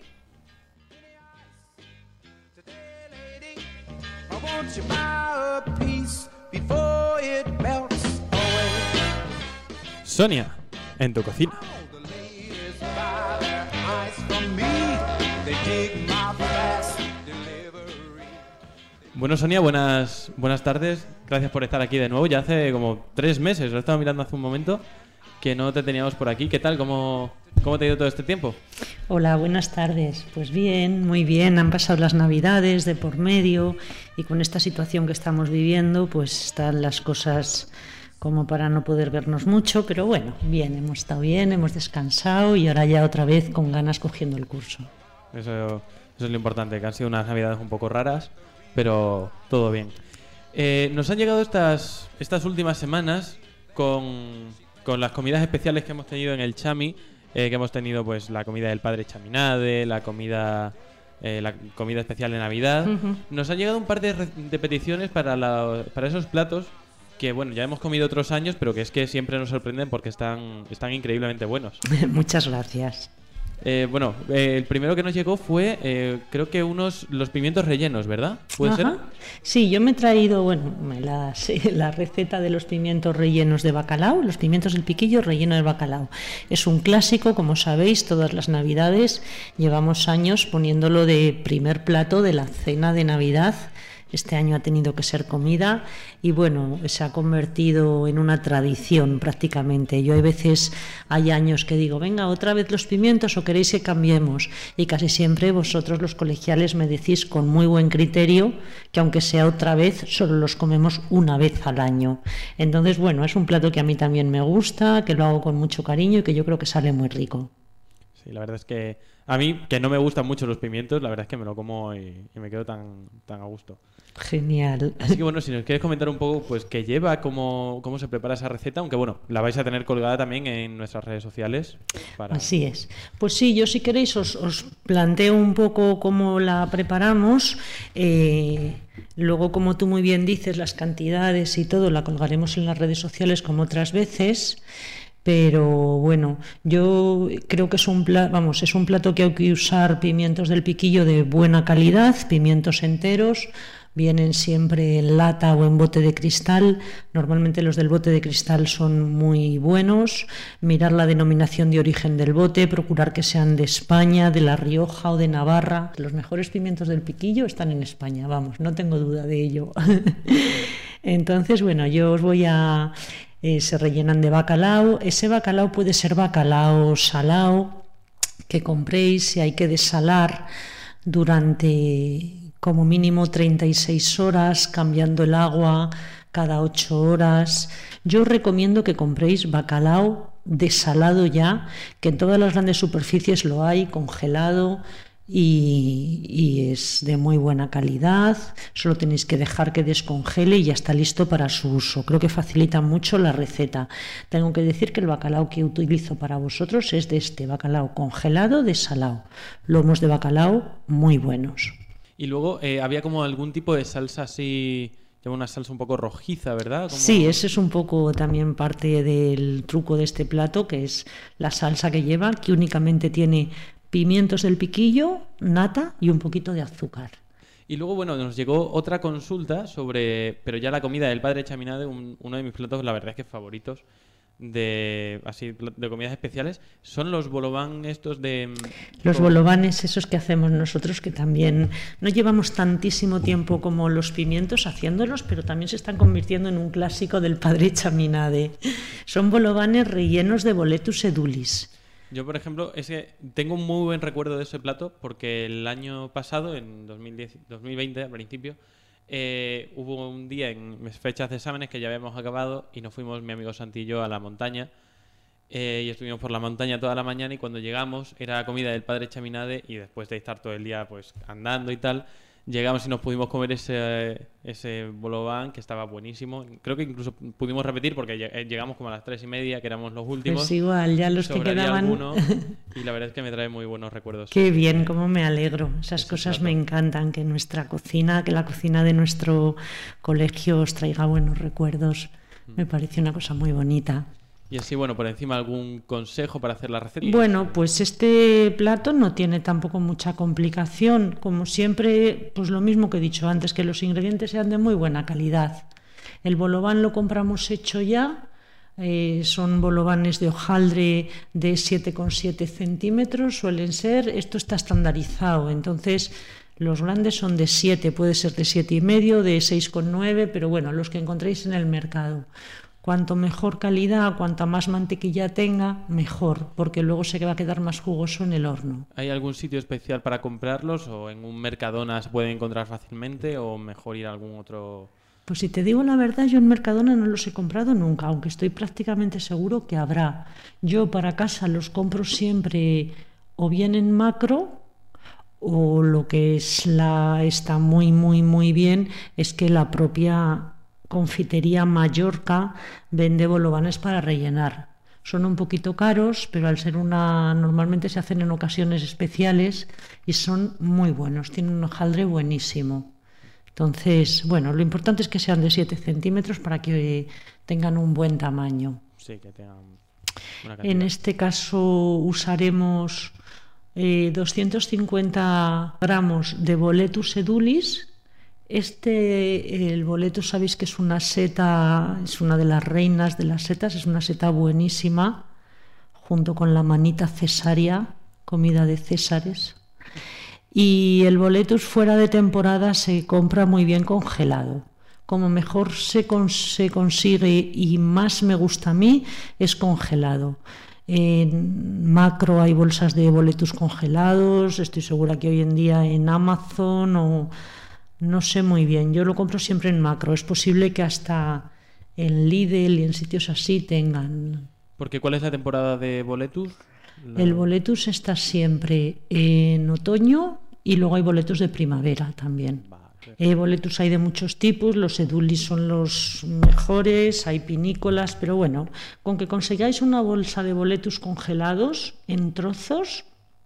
I want you buy a piece before it melts away. Sonia, en tu cocina. The ladies buy their ice from me. They dig my fast delivery. Bueno, Sonia, buenas, buenas tardes. Gracias por estar aquí de nuevo. Ya hace como tres meses, lo estaba mirando hace un momento, que no te teníamos por aquí. ¿Qué tal? ¿Cómo, cómo te ha ido todo este tiempo? Hola, buenas tardes. Pues bien, muy bien. Han pasado las Navidades de por medio y con esta situación que estamos viviendo, pues están las cosas como para no poder vernos mucho, pero bueno, bien, hemos estado bien, hemos descansado y ahora ya otra vez con ganas cogiendo el curso. Eso, eso es lo importante, que han sido unas navidades un poco raras, pero todo bien. Eh, nos han llegado estas, estas últimas semanas con, con las comidas especiales que hemos tenido en el Chami, eh, que hemos tenido pues la comida del padre Chaminade, la comida eh, la comida especial de Navidad. Ujú. Nos han llegado un par de, re- de peticiones para, la- para esos platos que bueno, ya hemos comido otros años, pero que es que siempre nos sorprenden porque están, están increíblemente buenos. Muchas gracias. Eh, bueno, eh, el primero que nos llegó fue, eh, creo que unos, los pimientos rellenos, ¿verdad? ¿Puede Ajá. ser? Sí, yo me he traído, bueno, me la, sí, la receta de los pimientos rellenos de bacalao, los pimientos del piquillo relleno de bacalao. Es un clásico, como sabéis, todas las Navidades llevamos años poniéndolo de primer plato de la cena de Navidad. Este año ha tenido que ser comida y bueno, se ha convertido en una tradición prácticamente. Yo hay veces, hay años que digo, venga, otra vez los pimientos o queréis que cambiemos. Y casi siempre vosotros los colegiales me decís con muy buen criterio que aunque sea otra vez, solo los comemos una vez al año. Entonces, bueno, es un plato que a mí también me gusta, que lo hago con mucho cariño y que yo creo que sale muy rico. Sí, la verdad es que a mí, que no me gustan mucho los pimientos, la verdad es que me lo como y, y me quedo tan, tan a gusto. Genial. Así que bueno, si nos quieres comentar un poco pues qué lleva, cómo, cómo se prepara esa receta, aunque bueno, la vais a tener colgada también en nuestras redes sociales. Para... Así es. Pues sí, yo si queréis os, os planteo un poco cómo la preparamos. Eh, luego, como tú muy bien dices, las cantidades y todo la colgaremos en las redes sociales como otras veces. Pero bueno, yo creo que es un plato, vamos, es un plato que hay que usar pimientos del piquillo de buena calidad, pimientos enteros. Vienen siempre en lata o en bote de cristal. Normalmente los del bote de cristal son muy buenos. Mirar la denominación de origen del bote, procurar que sean de España, de La Rioja o de Navarra. Los mejores pimientos del piquillo están en España, vamos, no tengo duda de ello. Entonces, bueno, yo os voy a... Eh, se rellenan de bacalao. Ese bacalao puede ser bacalao salao que compréis, si hay que desalar durante como mínimo treinta y seis horas, cambiando el agua cada ocho horas. Yo os recomiendo que compréis bacalao desalado ya, que en todas las grandes superficies lo hay, congelado. Y, y es de muy buena calidad, solo tenéis que dejar que descongele y ya está listo para su uso. Creo que facilita mucho la receta. Tengo que decir que el bacalao que utilizo para vosotros es de este bacalao congelado desalado. Lomos de bacalao muy buenos. Y luego eh, había como algún tipo de salsa así, lleva una salsa un poco rojiza, ¿verdad? Como... Sí, ese es un poco también parte del truco de este plato, que es la salsa que lleva, que únicamente tiene pimientos del piquillo, nata y un poquito de azúcar. Y luego, bueno, nos llegó otra consulta sobre, pero ya la comida del padre Chaminade, un, uno de mis platos, la verdad es que favoritos, de así de comidas especiales, son los bolobán estos de... Los con... bolovanes esos que hacemos nosotros, que también no llevamos tantísimo tiempo como los pimientos haciéndolos, pero también se están convirtiendo en un clásico del padre Chaminade. Son bolovanes rellenos de boletus edulis. Yo, por ejemplo, es que tengo un muy buen recuerdo de ese plato porque el año pasado, en dos mil diez, dos mil veinte, al principio, eh, hubo un día en mis fechas de exámenes que ya habíamos acabado y nos fuimos, mi amigo Santi y yo, a la montaña eh, y estuvimos por la montaña toda la mañana y cuando llegamos era comida del padre Chaminade y después de estar todo el día pues andando y tal, llegamos y nos pudimos comer ese, ese bolobán que estaba buenísimo. Creo que incluso pudimos repetir porque llegamos como a las tres y media, que éramos los últimos. Pues igual, ya los que quedaban. Alguno, y la verdad es que me trae muy buenos recuerdos. Qué bien, cómo me alegro. Esas cosas plato. Me encantan, que nuestra cocina, que la cocina de nuestro colegio os traiga buenos recuerdos. Me parece una cosa muy bonita. Y así, bueno, por encima, ¿algún consejo para hacer la receta? Bueno, pues este plato no tiene tampoco mucha complicación. Como siempre, pues lo mismo que he dicho antes, que los ingredientes sean de muy buena calidad. El bolobán lo compramos hecho ya. Eh, son bolovanes de hojaldre de siete coma siete centímetros, suelen ser. Esto está estandarizado, entonces los grandes son de siete, puede ser de siete y medio, de seis coma nueve, pero bueno, los que encontréis en el mercado. Cuanto mejor calidad, cuanta más mantequilla tenga, mejor, porque luego se va a quedar más jugoso en el horno. ¿Hay algún sitio especial para comprarlos o en un Mercadona se pueden encontrar fácilmente o mejor ir a algún otro...? Pues si te digo la verdad, yo en Mercadona no los he comprado nunca, aunque estoy prácticamente seguro que habrá. Yo para casa los compro siempre o bien en Macro, o lo que es la está muy, muy, muy bien, es que la propia Confitería Mallorca vende bolovanes para rellenar. Son un poquito caros, pero al ser una... normalmente se hacen en ocasiones especiales y son muy buenos, tienen un hojaldre buenísimo. Entonces, bueno, lo importante es que sean de siete centímetros para que tengan un buen tamaño. Sí, que tengan una cantidad. En este caso usaremos eh, doscientos cincuenta gramos de Boletus edulis. Este, el Boletus, sabéis que es una seta, es una de las reinas de las setas, es una seta buenísima, junto con la manita cesárea, comida de césares. Y el Boletus fuera de temporada se compra muy bien congelado. Como mejor se, cons- se consigue y más me gusta a mí es congelado. En Macro hay bolsas de Boletus congelados, estoy segura que hoy en día en Amazon o no sé muy bien. Yo lo compro siempre en Macro. Es posible que hasta en Lidl y en sitios así tengan. Porque ¿cuál es la temporada de Boletus? La- El Boletus está siempre en otoño y luego hay Boletus de primavera también. Eh, Boletus hay de muchos tipos, los edulis son los mejores, hay pinícolas, pero bueno, con que consigáis una bolsa de Boletus congelados en trozos,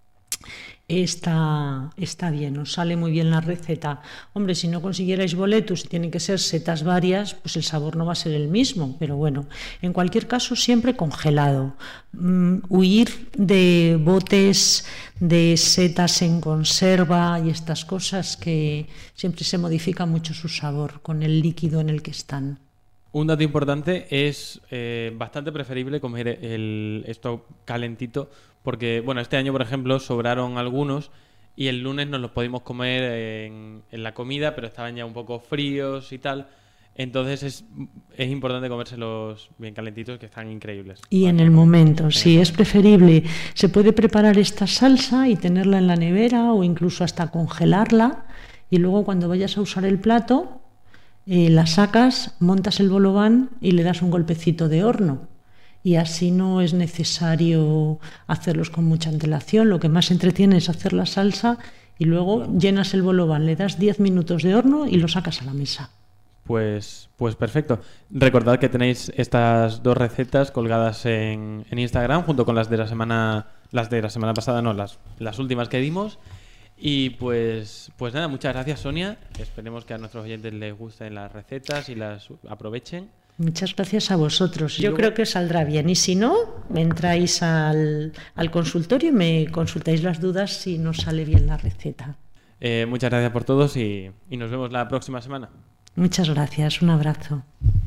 está, está bien, os sale muy bien la receta. Hombre, si no consiguierais Boletus y tienen que ser setas varias, pues el sabor no va a ser el mismo, pero bueno, en cualquier caso siempre congelado. Mm, huir de botes de setas en conserva y estas cosas que siempre se modifica mucho su sabor con el líquido en el que están. Un dato importante es eh, bastante preferible comer el, esto calentito porque, bueno, este año, por ejemplo, sobraron algunos y el lunes nos los pudimos comer en, en la comida, pero estaban ya un poco fríos y tal. Entonces es, es importante comérselos bien calentitos, que están increíbles. Y en el momento, sí, es preferible. Se puede preparar esta salsa y tenerla en la nevera o incluso hasta congelarla y luego cuando vayas a usar el plato, eh, la sacas, montas el bolobán y le das un golpecito de horno. Y así no es necesario hacerlos con mucha antelación. Lo que más entretiene es hacer la salsa y luego Claro. llenas el bolobán, le das diez minutos de horno y lo sacas a la mesa. Pues, pues perfecto. Recordad que tenéis estas dos recetas colgadas en, en Instagram junto con las de la semana, las de la semana pasada, no, las, las últimas que dimos. Y pues, pues nada, muchas gracias, Sonia. Esperemos que a nuestros oyentes les gusten las recetas y las aprovechen. Muchas gracias a vosotros. Y Yo luego- creo que saldrá bien. Y si no, me entráis al, al consultorio y me consultáis las dudas si no sale bien la receta. Eh, muchas gracias por todos y, y nos vemos la próxima semana. Muchas gracias. Un abrazo.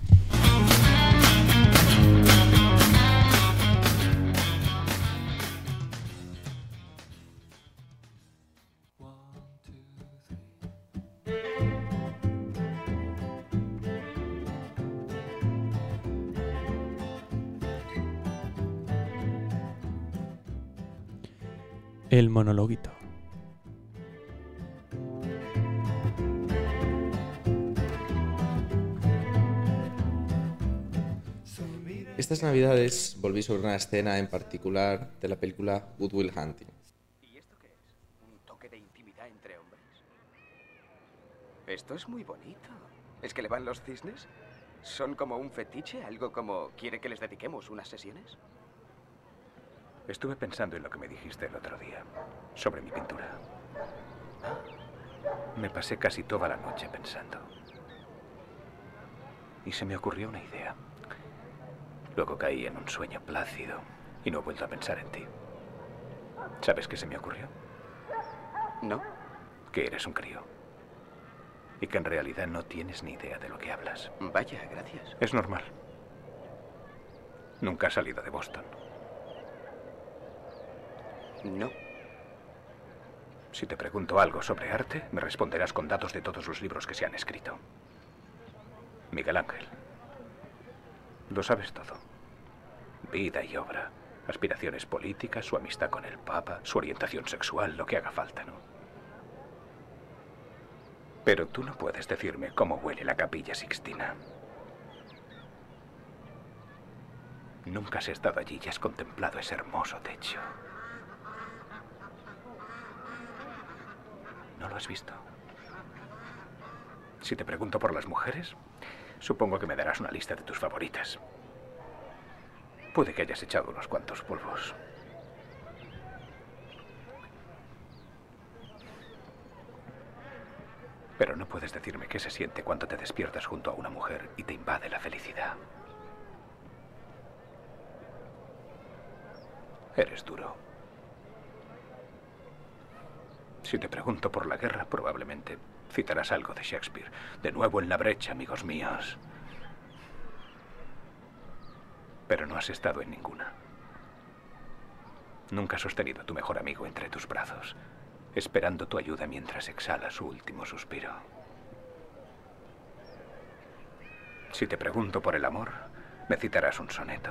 El monologuito. Estas navidades volví sobre una escena en particular de la película Good Will Hunting. ¿Y esto qué es? ¿Un toque de intimidad entre hombres? Esto es muy bonito. ¿Es que le van los cisnes? ¿Son como un fetiche? ¿Algo como quiere que les dediquemos unas sesiones? Estuve pensando en lo que me dijiste el otro día, sobre mi pintura. Me pasé casi toda la noche pensando. Y se me ocurrió una idea. Luego caí en un sueño plácido y no he vuelto a pensar en ti. ¿Sabes qué se me ocurrió? ¿No? Que eres un crío. Y que en realidad no tienes ni idea de lo que hablas. Vaya, gracias. Es normal. Nunca has salido de Boston. No. Si te pregunto algo sobre arte, me responderás con datos de todos los libros que se han escrito. Miguel Ángel. Lo sabes todo. Vida y obra, aspiraciones políticas, su amistad con el Papa, su orientación sexual, lo que haga falta, ¿no? Pero tú no puedes decirme cómo huele la Capilla Sixtina. Nunca has estado allí y has contemplado ese hermoso techo. ¿No lo has visto? Si te pregunto por las mujeres, supongo que me darás una lista de tus favoritas. Puede que hayas echado unos cuantos polvos. Pero no puedes decirme qué se siente cuando te despiertas junto a una mujer y te invade la felicidad. Eres duro. Si te pregunto por la guerra, probablemente citarás algo de Shakespeare. De nuevo en la brecha, amigos míos. Pero no has estado en ninguna. Nunca has sostenido a tu mejor amigo entre tus brazos, esperando tu ayuda mientras exhala su último suspiro. Si te pregunto por el amor, me citarás un soneto.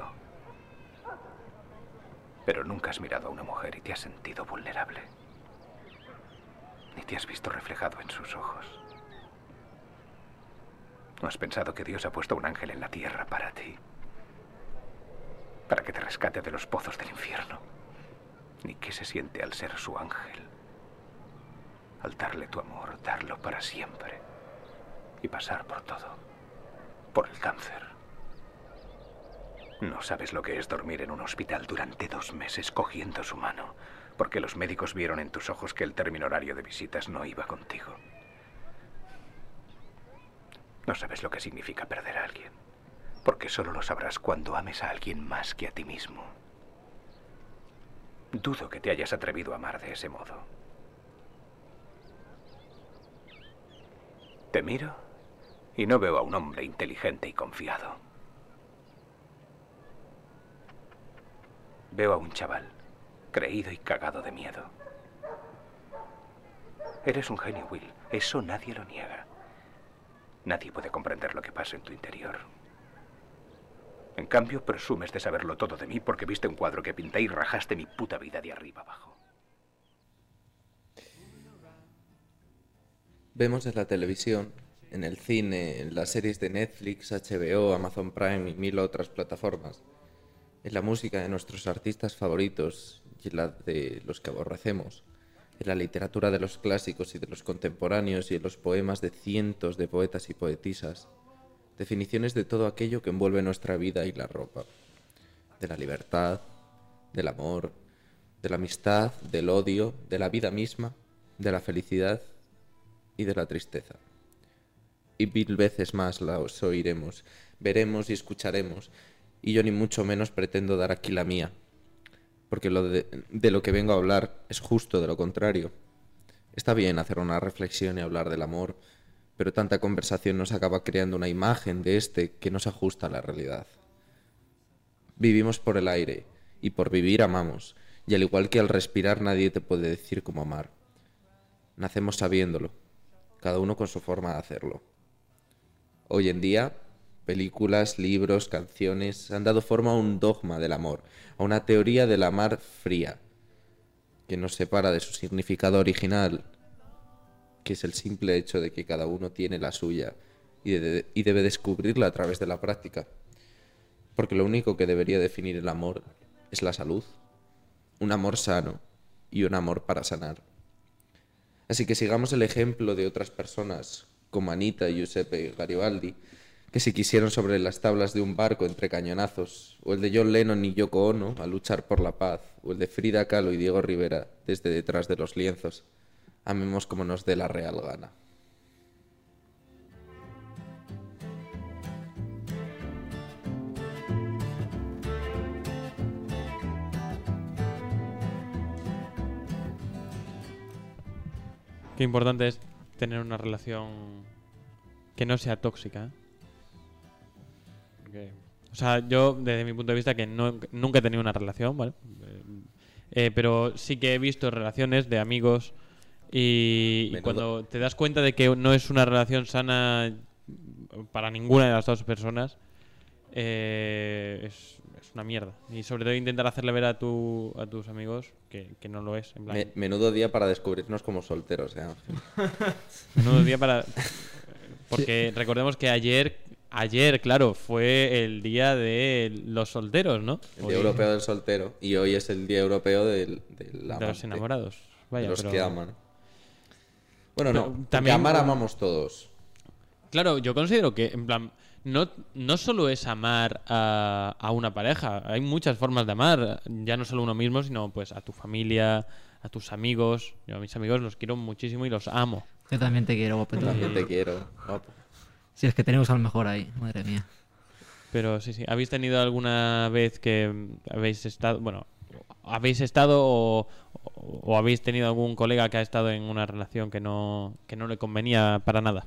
Pero nunca has mirado a una mujer y te has sentido vulnerable. Ni te has visto reflejado en sus ojos. No has pensado que Dios ha puesto un ángel en la tierra para ti, para que te rescate de los pozos del infierno. Ni qué se siente al ser su ángel, al darle tu amor, darlo para siempre y pasar por todo, por el cáncer. No sabes lo que es dormir en un hospital durante dos meses cogiendo su mano, porque los médicos vieron en tus ojos que el término horario de visitas no iba contigo. No sabes lo que significa perder a alguien, porque solo lo sabrás cuando ames a alguien más que a ti mismo. Dudo que te hayas atrevido a amar de ese modo. Te miro y no veo a un hombre inteligente y confiado. Veo a un chaval creído y cagado de miedo. Eres un genio, Will. Eso nadie lo niega. Nadie puede comprender lo que pasa en tu interior. En cambio, presumes de saberlo todo de mí porque viste un cuadro que pinté y rajaste mi puta vida de arriba abajo. Vemos en la televisión, en el cine, en las series de Netflix, H B O, Amazon Prime y mil otras plataformas, en la música de nuestros artistas favoritos y en la de los que aborrecemos, en la literatura de los clásicos y de los contemporáneos y en los poemas de cientos de poetas y poetisas, definiciones de todo aquello que envuelve nuestra vida y la ropa, de la libertad, del amor, de la amistad, del odio, de la vida misma, de la felicidad y de la tristeza. Y mil veces más las oiremos, veremos y escucharemos, y yo ni mucho menos pretendo dar aquí la mía, porque lo de, de lo que vengo a hablar es justo de lo contrario. Está bien hacer una reflexión y hablar del amor, pero tanta conversación nos acaba creando una imagen de este que no se ajusta a la realidad. Vivimos por el aire, y por vivir amamos, y al igual que al respirar nadie te puede decir cómo amar. Nacemos sabiéndolo, cada uno con su forma de hacerlo. Hoy en día, películas, libros, canciones han dado forma a un dogma del amor, a una teoría del amar fría, que nos separa de su significado original, que es el simple hecho de que cada uno tiene la suya y, de, y debe descubrirla a través de la práctica. Porque lo único que debería definir el amor es la salud, un amor sano y un amor para sanar. Así que sigamos el ejemplo de otras personas, como Anita, Giuseppe Garibaldi, que se quisieron sobre las tablas de un barco entre cañonazos, o el de John Lennon y Yoko Ono a luchar por la paz, o el de Frida Kahlo y Diego Rivera desde detrás de los lienzos. Amemos como nos dé la real gana. Qué importante es tener una relación que no sea tóxica, ¿eh? Porque, o sea, yo desde mi punto de vista que no, nunca he tenido una relación, ¿vale? Eh, pero sí que he visto relaciones de amigos y, y cuando te das cuenta de que no es una relación sana para ninguna de las dos personas, eh, es, es una mierda. Y sobre todo intentar hacerle ver a, tu, a tus amigos que, que no lo es. En plan, Me, menudo día para descubrirnos como solteros, ¿eh, Ángel? menudo día para... Porque sí. Recordemos que ayer, ayer, claro, fue el día de los solteros, ¿no? El hoy... Día Europeo del Soltero. Y hoy es el Día Europeo del, del de los enamorados. Vaya, de los pero... que aman. Bueno, no, pero también amar amamos todos. Claro, yo considero que, en plan, no, no solo es amar a, a una pareja. Hay muchas formas de amar. Ya no solo uno mismo, sino pues a tu familia, a tus amigos. Yo a mis amigos los quiero muchísimo y los amo. Yo también te quiero, guapo. Yo también te quiero, guapo. Si es que tenemos al mejor ahí, madre mía. Pero sí, sí. ¿Habéis tenido alguna vez que habéis estado, bueno, habéis estado o, o, o habéis tenido algún colega que ha estado en una relación que no, que no le convenía para nada.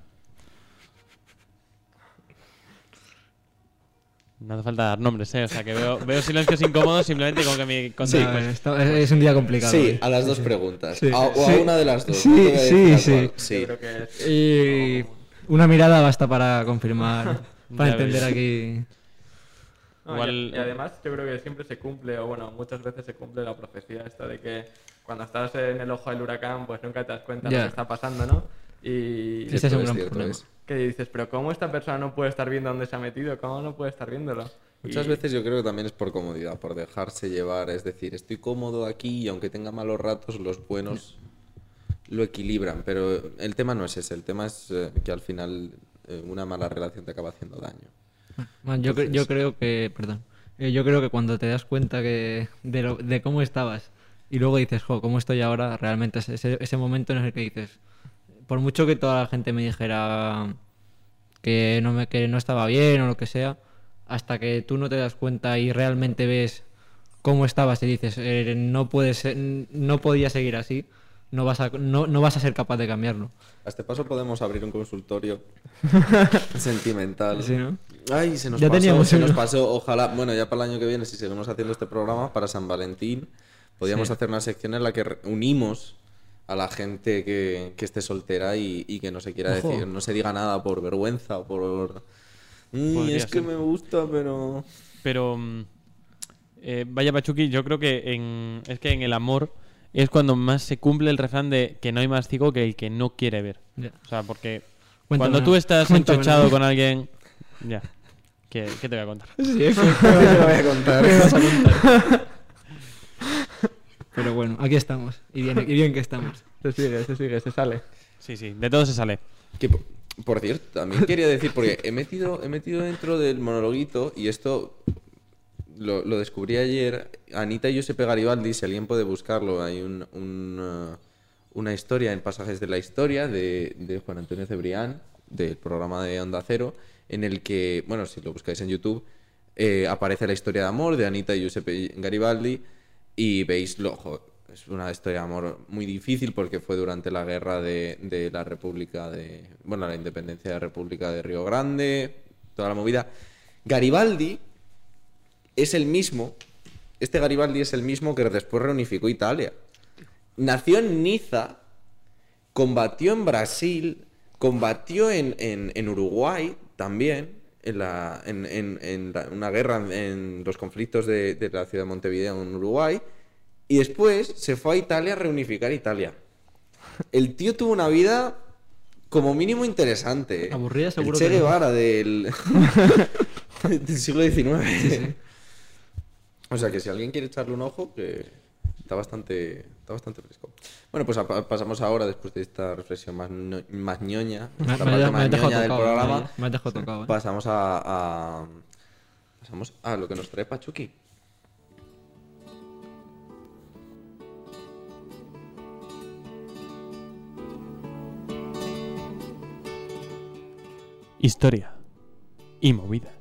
No hace falta dar nombres, ¿eh? O sea, que veo, veo silencios incómodos simplemente con que mi Sí, está- es, es un día complicado. Sí, hoy. a las dos Sí. preguntas. Sí. A- o a Sí. una de las dos. Sí, no te voy a sí, decir a sí. cuál. Sí. Yo creo que es- Y una mirada basta para confirmar, para Ya entender ves. aquí. No, Igual- y, y además yo creo que siempre se cumple, o bueno, muchas veces se cumple la profecía esta de que cuando estás en el ojo del huracán, pues nunca te das cuenta de Ya. lo que está pasando, ¿no? Y Ese es Cierto un es, gran cierto problema. es. que dices, pero ¿cómo esta persona no puede estar viendo dónde se ha metido? ¿Cómo no puede estar viéndolo? Muchas Y- veces yo creo que también es por comodidad, por dejarse llevar. Es decir, estoy cómodo aquí y aunque tenga malos ratos, los buenos lo equilibran. Pero el tema no es ese. El tema es eh, que al final eh, una mala relación te acaba haciendo daño. Man, yo, cre- Entonces- yo creo que, perdón, Eh, yo creo que cuando te das cuenta que de, lo- de cómo estabas y luego dices, jo, ¿cómo estoy ahora? Realmente es ese, ese momento en el que dices, por mucho que toda la gente me dijera que no, me, que no estaba bien o lo que sea, hasta que tú no te das cuenta y realmente ves cómo estabas y dices, eh, no puedes ser- no podía seguir así, no vas, a, no, no vas a ser capaz de cambiarlo. A este paso podemos abrir un consultorio sentimental. Sí, ¿no? Ay, se nos Ya pasó, teníamos se nos uno. pasó. Ojalá, bueno, ya para el año que viene, si seguimos haciendo este programa, para San Valentín, podríamos Sí. hacer una sección en la que re- unimos a la gente que, que esté soltera y, y que no se quiera Ojo. decir, no se diga nada por vergüenza o por... "Mm, Podría es que ser. me gusta, pero... Pero mm, eh, vaya Pachuki, yo creo que en, es que en el amor es cuando más se cumple el refrán de que no hay más ciego que el que no quiere ver. Ya. O sea, porque Cuéntame, cuando tú estás cuéntame. enchochado con alguien, ya, ¿qué, qué te voy a contar? Sí, ¿qué te voy a contar. ¿Qué me vas a contar? Pero bueno, aquí estamos. Y bien, y bien que estamos. Se sigue, se sigue, se sale. Sí, sí, de todo se sale. Que, po- por cierto, también quería decir, porque he metido, he metido dentro del monologuito, y esto lo, lo descubrí ayer, Anita y Giuseppe Garibaldi, si alguien puede buscarlo, hay un, un, uh, una historia en Pasajes de la Historia de, de Juan Antonio Cebrián, del programa de Onda Cero, en el que, bueno, si lo buscáis en YouTube, eh, aparece la historia de amor de Anita y Giuseppe Garibaldi, y veis, lo, jo, es una historia de amor muy difícil porque fue durante la guerra de, de la República de... Bueno, la independencia de la República de Río Grande, toda la movida. Garibaldi es el mismo, este Garibaldi es el mismo que después reunificó Italia. Nació en Niza, combatió en Brasil, combatió en, en, en Uruguay también, en, la, en, en, en la- una guerra en, en los conflictos de, de la ciudad de Montevideo en Uruguay, y después se fue a Italia a reunificar Italia. El tío tuvo una vida como mínimo interesante. ¿eh? Aburrida, seguro El Che que no. Guevara del, del siglo diecinueve. O sea que si alguien quiere echarle un ojo, que está bastante, está bastante fresco. Bueno, pues a- pasamos ahora, después de esta reflexión más, no- más ñoña, Me, esta me, parte me más has dejado ñoña del tocado, programa, me, me has dejado tocado, ¿eh? pasamos a, a- pasamos a lo que nos trae Pachuki. Historia y movidas.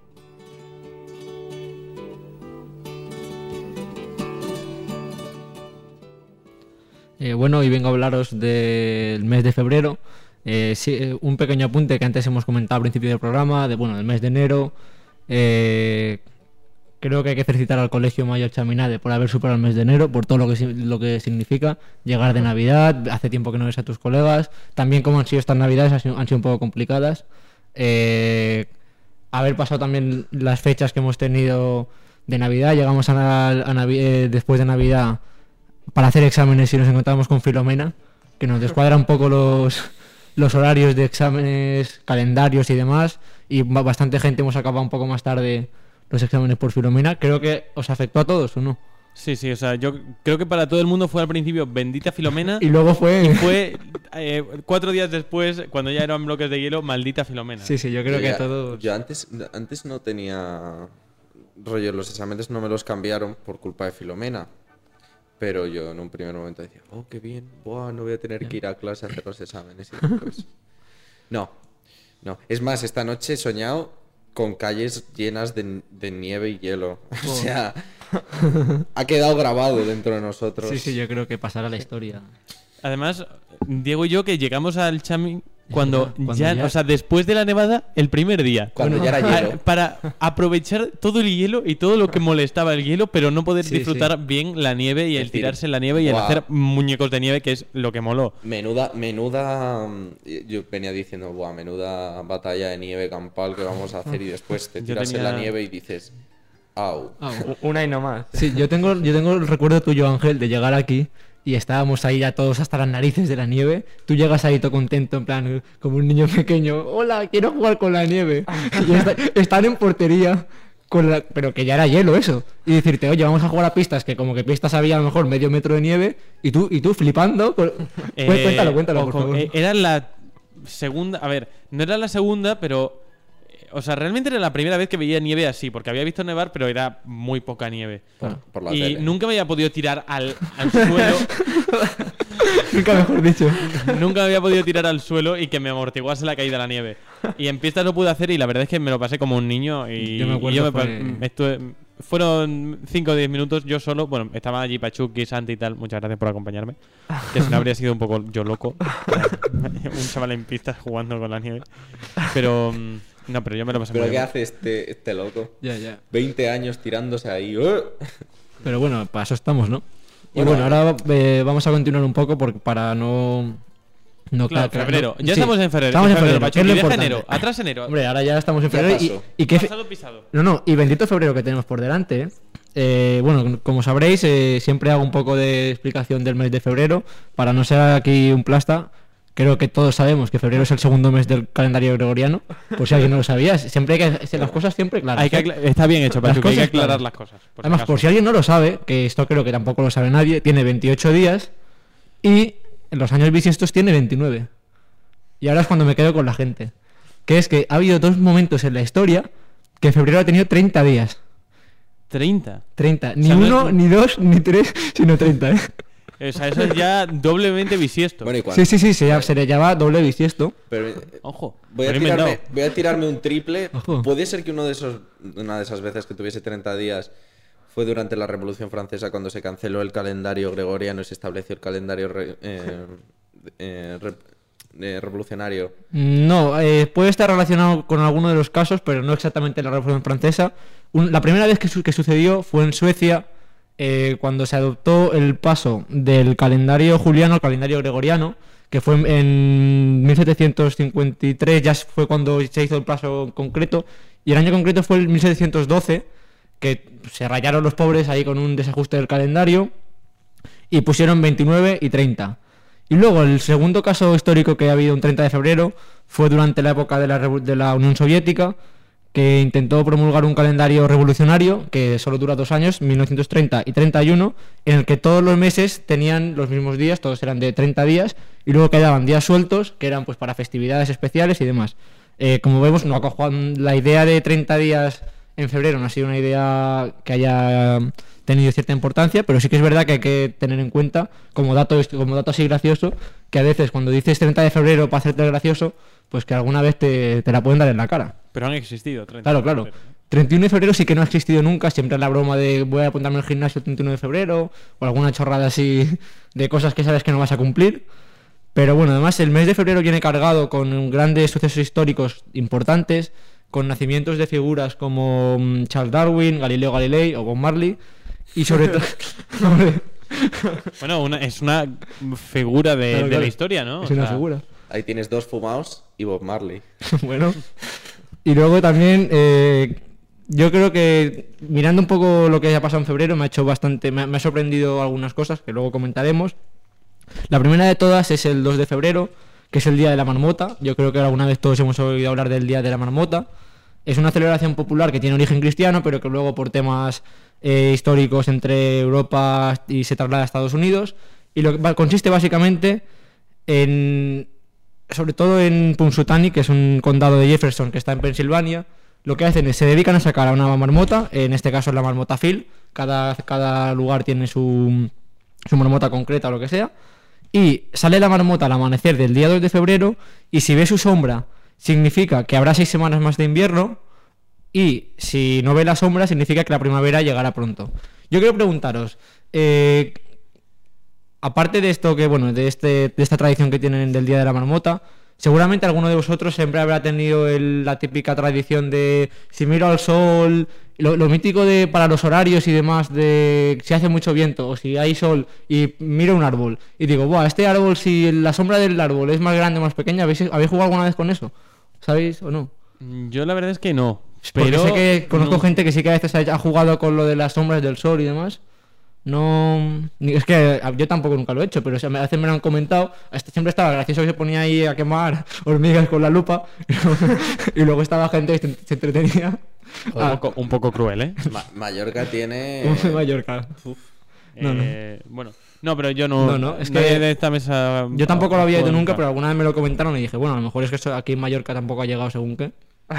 Eh, bueno, hoy vengo a hablaros del mes de febrero. Eh, sí, eh, un pequeño apunte que antes hemos comentado al principio del programa, de bueno, del mes de enero. Eh, creo que hay que felicitar al Colegio Mayor Chaminade por haber superado el mes de enero, por todo lo que, si- lo que significa llegar de Navidad. Hace tiempo que no ves a tus colegas. También como han sido estas Navidades, han sido, han sido un poco complicadas. Eh, haber pasado también las fechas que hemos tenido de Navidad. Llegamos a, na- a Navi- eh, después de Navidad para hacer exámenes y nos encontramos con Filomena, que nos descuadra un poco los, los horarios de exámenes, calendarios y demás, y ba- bastante gente hemos acabado un poco más tarde los exámenes por Filomena. Creo que os afectó a todos, ¿o no? Sí, sí, o sea, yo creo que para todo el mundo fue al principio bendita Filomena Y luego fue... fue eh, cuatro días después, cuando ya eran bloques de hielo, maldita Filomena. Sí, sí, yo creo que ya- a todos... Yo antes, antes no tenía rollo, los exámenes no me los cambiaron por culpa de Filomena. Pero yo en un primer momento decía, oh, qué bien, buah, no voy a tener que ir a clase a hacer los exámenes. Y después... No, no. Es más, esta noche he soñado con calles llenas de, de nieve y hielo. O sea, Ha quedado grabado dentro de nosotros. Sí, sí, yo creo que pasará la historia. Además, Diego y yo que llegamos al Chami cuando, Cuando ya, ya- o sea, después de la nevada, el primer día. Cuando ya era A- hielo. Para aprovechar todo el hielo y todo lo que molestaba el hielo, pero no poder Sí, disfrutar bien la nieve y Es el decir, tirarse en la nieve y el guau. hacer muñecos de nieve, que es lo que moló. Menuda, menuda. mm, Yo venía diciendo, buah, menuda batalla de nieve campal que vamos a hacer y después te Yo tiras en la tenía- nieve y dices, au. Ah, U- Una y no más. sí, yo tengo, yo tengo el recuerdo tuyo, Ángel, de llegar aquí y estábamos ahí ya todos hasta las narices de la nieve. Tú llegas ahí todo contento, en plan, como un niño pequeño. Hola, quiero jugar con la nieve. Y está- están en portería, con la- pero que ya era hielo eso. Y decirte, oye, vamos a jugar a pistas, que como que pistas había a lo mejor medio metro de nieve. Y tú, y tú flipando. con- Eh, Cué- cuéntalo, cuéntalo, por ojo, favor. eh, era la segunda, a ver, no era la segunda, pero eh, o sea, realmente era la primera vez que veía nieve así, porque había visto nevar, pero era muy poca nieve. Por, por la Y tele. nunca me había podido tirar al, al suelo, Nunca mejor dicho. nunca me había podido tirar al suelo y que me amortiguase la caída de la nieve. Y en pistas lo pude hacer y la verdad es que me lo pasé como un niño y, Yo me acuerdo y me fue- pa- estuve- fueron cinco o diez minutos yo solo, bueno, estaban allí Pachuki, Santi y tal, muchas gracias por acompañarme, que si no habría sido un poco yo loco, un chaval en pistas jugando con la nieve, pero mm, no, pero yo me lo pasé ¿Pero muy qué bien. hace este, este loco? Ya, ya. veinte años tirándose ahí. ¡uh! Pero bueno, para eso estamos, ¿no? Y Bueno, bueno, ahora eh, vamos a continuar un poco porque para no... no Claro, claro, febrero, no- ya sí, estamos en febrero, Estamos en febrero, Pachuki, que es lo deja importante. enero, atrás enero. Hombre, ahora ya estamos en Ya febrero y, pasó. y qué fe- Pasado pisado. No, no, y bendito febrero que tenemos por delante. ¿eh? Eh, bueno, como sabréis, eh, siempre hago un poco de explicación del mes de febrero. Para no ser aquí un plasta, creo que todos sabemos que febrero es el segundo mes del calendario gregoriano. Por si alguien no lo sabía, siempre hay que hacer las cosas siempre claras. Hay que ¿eh? acla- está bien hecho, Las Pachuki, hay que cosas aclarar claras. las cosas. por si Además, acaso. por si alguien no lo sabe, que esto creo que tampoco lo sabe nadie, tiene veintiocho días y en los años bisiestos tiene veintinueve. Y ahora es cuando me quedo con la gente. Que es que ha habido dos momentos en la historia que febrero ha tenido treinta días. treinta. treinta. Ni O sea, no uno, es- ni dos, ni tres, sino treinta, ¿eh? O sea, eso es ya doblemente bisiesto. Bueno, y cuando. Sí, sí, sí, se, se le llama doble bisiesto. Pero, eh, Ojo, voy, a me lo he tirarme, inventado. voy a tirarme un triple. Ojo. Puede ser que uno de esos, una de esas veces que tuviese treinta días fue durante la Revolución Francesa cuando se canceló el calendario gregoriano y se estableció el calendario re- eh, eh, re- eh, revolucionario. No, eh, puede estar relacionado con alguno de los casos, pero no exactamente en la Revolución Francesa. Un- la primera vez que, su- que sucedió fue en Suecia, eh, cuando se adoptó el paso del calendario juliano al calendario gregoriano, que fue en, en mil setecientos cincuenta y tres, ya fue cuando se hizo el paso concreto, y el año concreto fue el mil setecientos doce, que se rayaron los pobres ahí con un desajuste del calendario, y pusieron veintinueve y treinta. Y luego el segundo caso histórico que ha habido un treinta de febrero fue durante la época de la, revu- de la Unión Soviética, que intentó promulgar un calendario revolucionario que solo dura dos años, mil novecientos treinta y treinta y uno, en el que todos los meses tenían los mismos días, todos eran de treinta días, y luego quedaban días sueltos, que eran pues para festividades especiales y demás. Eh, como vemos, no ha cojo- la idea de treinta días en febrero no ha sido una idea que haya tenido cierta importancia, pero sí que es verdad que hay que tener en cuenta, como dato, como dato así gracioso, que a veces cuando dices treinta de febrero para hacerte gracioso, pues que alguna vez te, te la pueden dar en la cara. Pero han existido treinta. Claro, claro. treinta y uno de febrero sí que no ha existido nunca, siempre es la broma de voy a apuntarme al gimnasio el treinta y uno de febrero, o alguna chorrada así de cosas que sabes que no vas a cumplir. Pero bueno, además el mes de febrero viene cargado con grandes sucesos históricos importantes, con nacimientos de figuras como mm, Charles Darwin, Galileo Galilei o Bob Marley, y sobre todo... Hombre, Bueno, una- es una figura de, Claro, de claro. la historia, ¿no? es O una sea, figura. Ahí tienes dos fumaos y Bob Marley. Bueno. Y luego también, eh, yo creo que mirando un poco lo que ha pasado en febrero, me ha hecho bastante, me ha, me ha sorprendido algunas cosas que luego comentaremos. La primera de todas es el dos de febrero, que es el Día de la Marmota. Yo creo que alguna vez todos hemos oído hablar del Día de la Marmota. Es una celebración popular que tiene origen cristiano, pero que luego por temas eh, históricos entre Europa y se traslada a Estados Unidos. Y lo que va- consiste básicamente en, sobre todo en Punxsutawney, que es un condado de Jefferson que está en Pensilvania. Lo que hacen es se dedican a sacar a una marmota, en este caso es la marmota Phil. Cada, cada lugar tiene su, su marmota concreta o lo que sea. Y sale la marmota al amanecer del día dos de febrero, y si ve su sombra, significa que habrá seis semanas más de invierno, y si no ve la sombra, significa que la primavera llegará pronto. Yo quiero preguntaros, eh, aparte de esto que, bueno, de este, de esta tradición que tienen del Día de la Marmota, seguramente alguno de vosotros siempre habrá tenido el- la típica tradición de si miro al sol, lo, lo mítico de para los horarios y demás, de si hace mucho viento o si hay sol y miro un árbol y digo, buah, este árbol, si la sombra del árbol es más grande o más pequeña, ¿habéis, ¿habéis jugado alguna vez con eso? ¿Sabéis o no? Yo la verdad es que no. Porque Pero sé que conozco no- gente que sí que a veces ha, ha jugado con lo de las sombras del sol y demás. No, ni- es que yo tampoco nunca lo he hecho, pero a veces me lo han comentado. Hasta siempre estaba gracioso que se ponía ahí a quemar hormigas con la lupa y luego estaba gente que se, se entretenía. Un Ah, poco, un poco cruel, ¿eh? Ma- Mallorca tiene... en Mallorca. No, no. Eh, Bueno, no, pero yo no. No, no, es nadie que de esta mesa. Yo tampoco lo había ido juego nunca, pero alguna vez me lo comentaron y dije, bueno, a lo mejor es que eso aquí en Mallorca tampoco ha llegado según qué.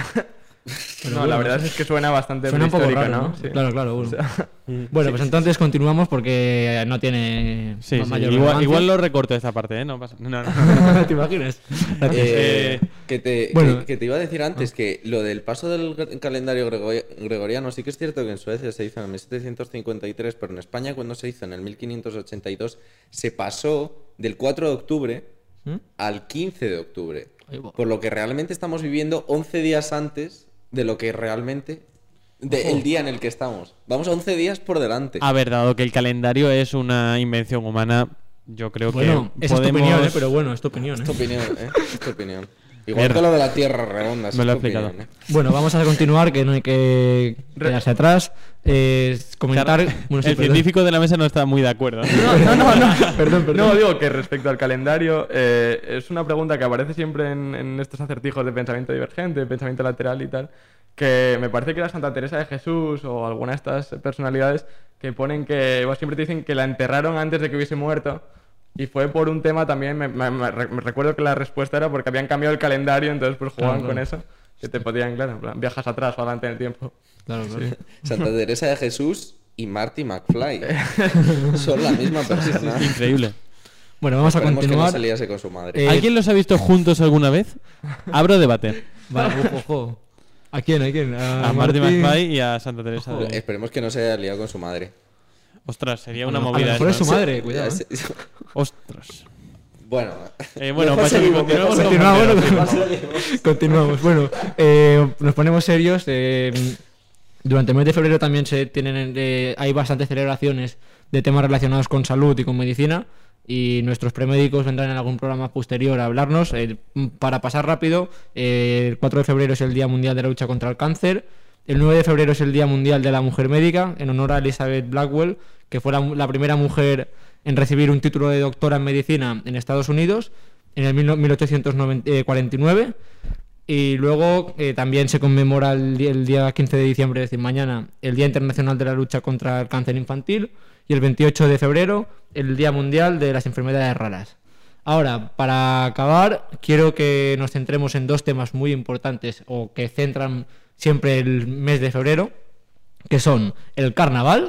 Pero no, bueno, la verdad no sé. es que suena bastante Suena un poco prehistórico, raro, ¿no? Sí. Claro, claro. Bueno, O sea, Bueno, pues entonces continuamos porque no tiene Sí, ma- sí, mayor igual, relevancia. igual lo recorto esta parte, ¿eh? No pasa. No, no. ¿Te imaginas? Eh, Eh, que, te, bueno. que, que te iba a decir antes que lo del paso del gre- calendario grego- gregoriano sí que es cierto que en Suecia se hizo en el mil setecientos cincuenta y tres, pero en España cuando se hizo en el mil quinientos ochenta y dos se pasó del cuatro de octubre ¿Mm? al quince de octubre. Ahí va. Por lo que realmente estamos viviendo once días antes de lo que realmente... de el día en el que estamos. Vamos once días por delante. A ver, dado que el calendario es una invención humana, yo creo Bueno, que. esa es tu podemos... opinión, ¿eh? Pero bueno, es tu opinión, ¿eh? Es tu opinión, ¿eh? Es tu opinión. Igual Mierda. que lo de la Tierra redonda. es Me lo tu he explicado. opinión, ¿eh? Bueno, vamos a continuar, que no hay que quedarse atrás. Eh, comentar... Claro, bueno, sí, el perdón. científico de la mesa no está muy de acuerdo. No, no, no, no. Perdón, perdón. No, digo que respecto al calendario, eh, es una pregunta que aparece siempre en, en estos acertijos de pensamiento divergente, de pensamiento lateral y tal, que me parece que era Santa Teresa de Jesús o alguna de estas personalidades que ponen que, bueno, siempre te dicen que la enterraron antes de que hubiese muerto. Y fue por un tema también, me, me- me re- me recuerdo que la respuesta era porque habían cambiado el calendario, entonces pues jugaban Claro, con claro. eso, que te podían, claro, en plan, viajas atrás o adelante en el tiempo. Claro, claro. Santa Teresa de Jesús y Marty McFly. Son la misma persona. Increíble. Bueno, vamos a Esperemos que no continuar. se liase con su madre. Eh, ¿Alguien los ha visto juntos alguna vez? Abro debate. Vale, ojo, ojo. ¿A quién? ¿A quién? A Marty McFly y a Santa Teresa. Ojo. de- Esperemos que no se haya liado con su madre. Ostras, sería una A lo movida. mejor es esa. su madre, cuidado. Ya ¿eh? sé- Ostras. Bueno, Eh, bueno, mejor Pacho, seguimos, continuemos mejor con Continuamos, Montero. bueno, continuamos. Bueno, eh, nos ponemos serios. eh, durante el mes de febrero también se tienen, eh, hay bastantes celebraciones de temas relacionados con salud y con medicina. Y nuestros premédicos vendrán en algún programa posterior a hablarnos. Eh, para pasar rápido, eh, el cuatro de febrero es el Día Mundial de la Lucha contra el Cáncer. El nueve de febrero es el Día Mundial de la Mujer Médica, en honor a Elizabeth Blackwell, que fue la, la primera mujer en recibir un título de doctora en medicina en Estados Unidos en el mil ochocientos cuarenta y nueve. Y luego eh, también se conmemora el, di- el día quince de diciembre, es decir, mañana, el Día Internacional de la Lucha contra el Cáncer Infantil. Y el veintiocho de febrero, el Día Mundial de las Enfermedades Raras. Ahora, para acabar, quiero que nos centremos en dos temas muy importantes o que centran siempre el mes de febrero, que son el carnaval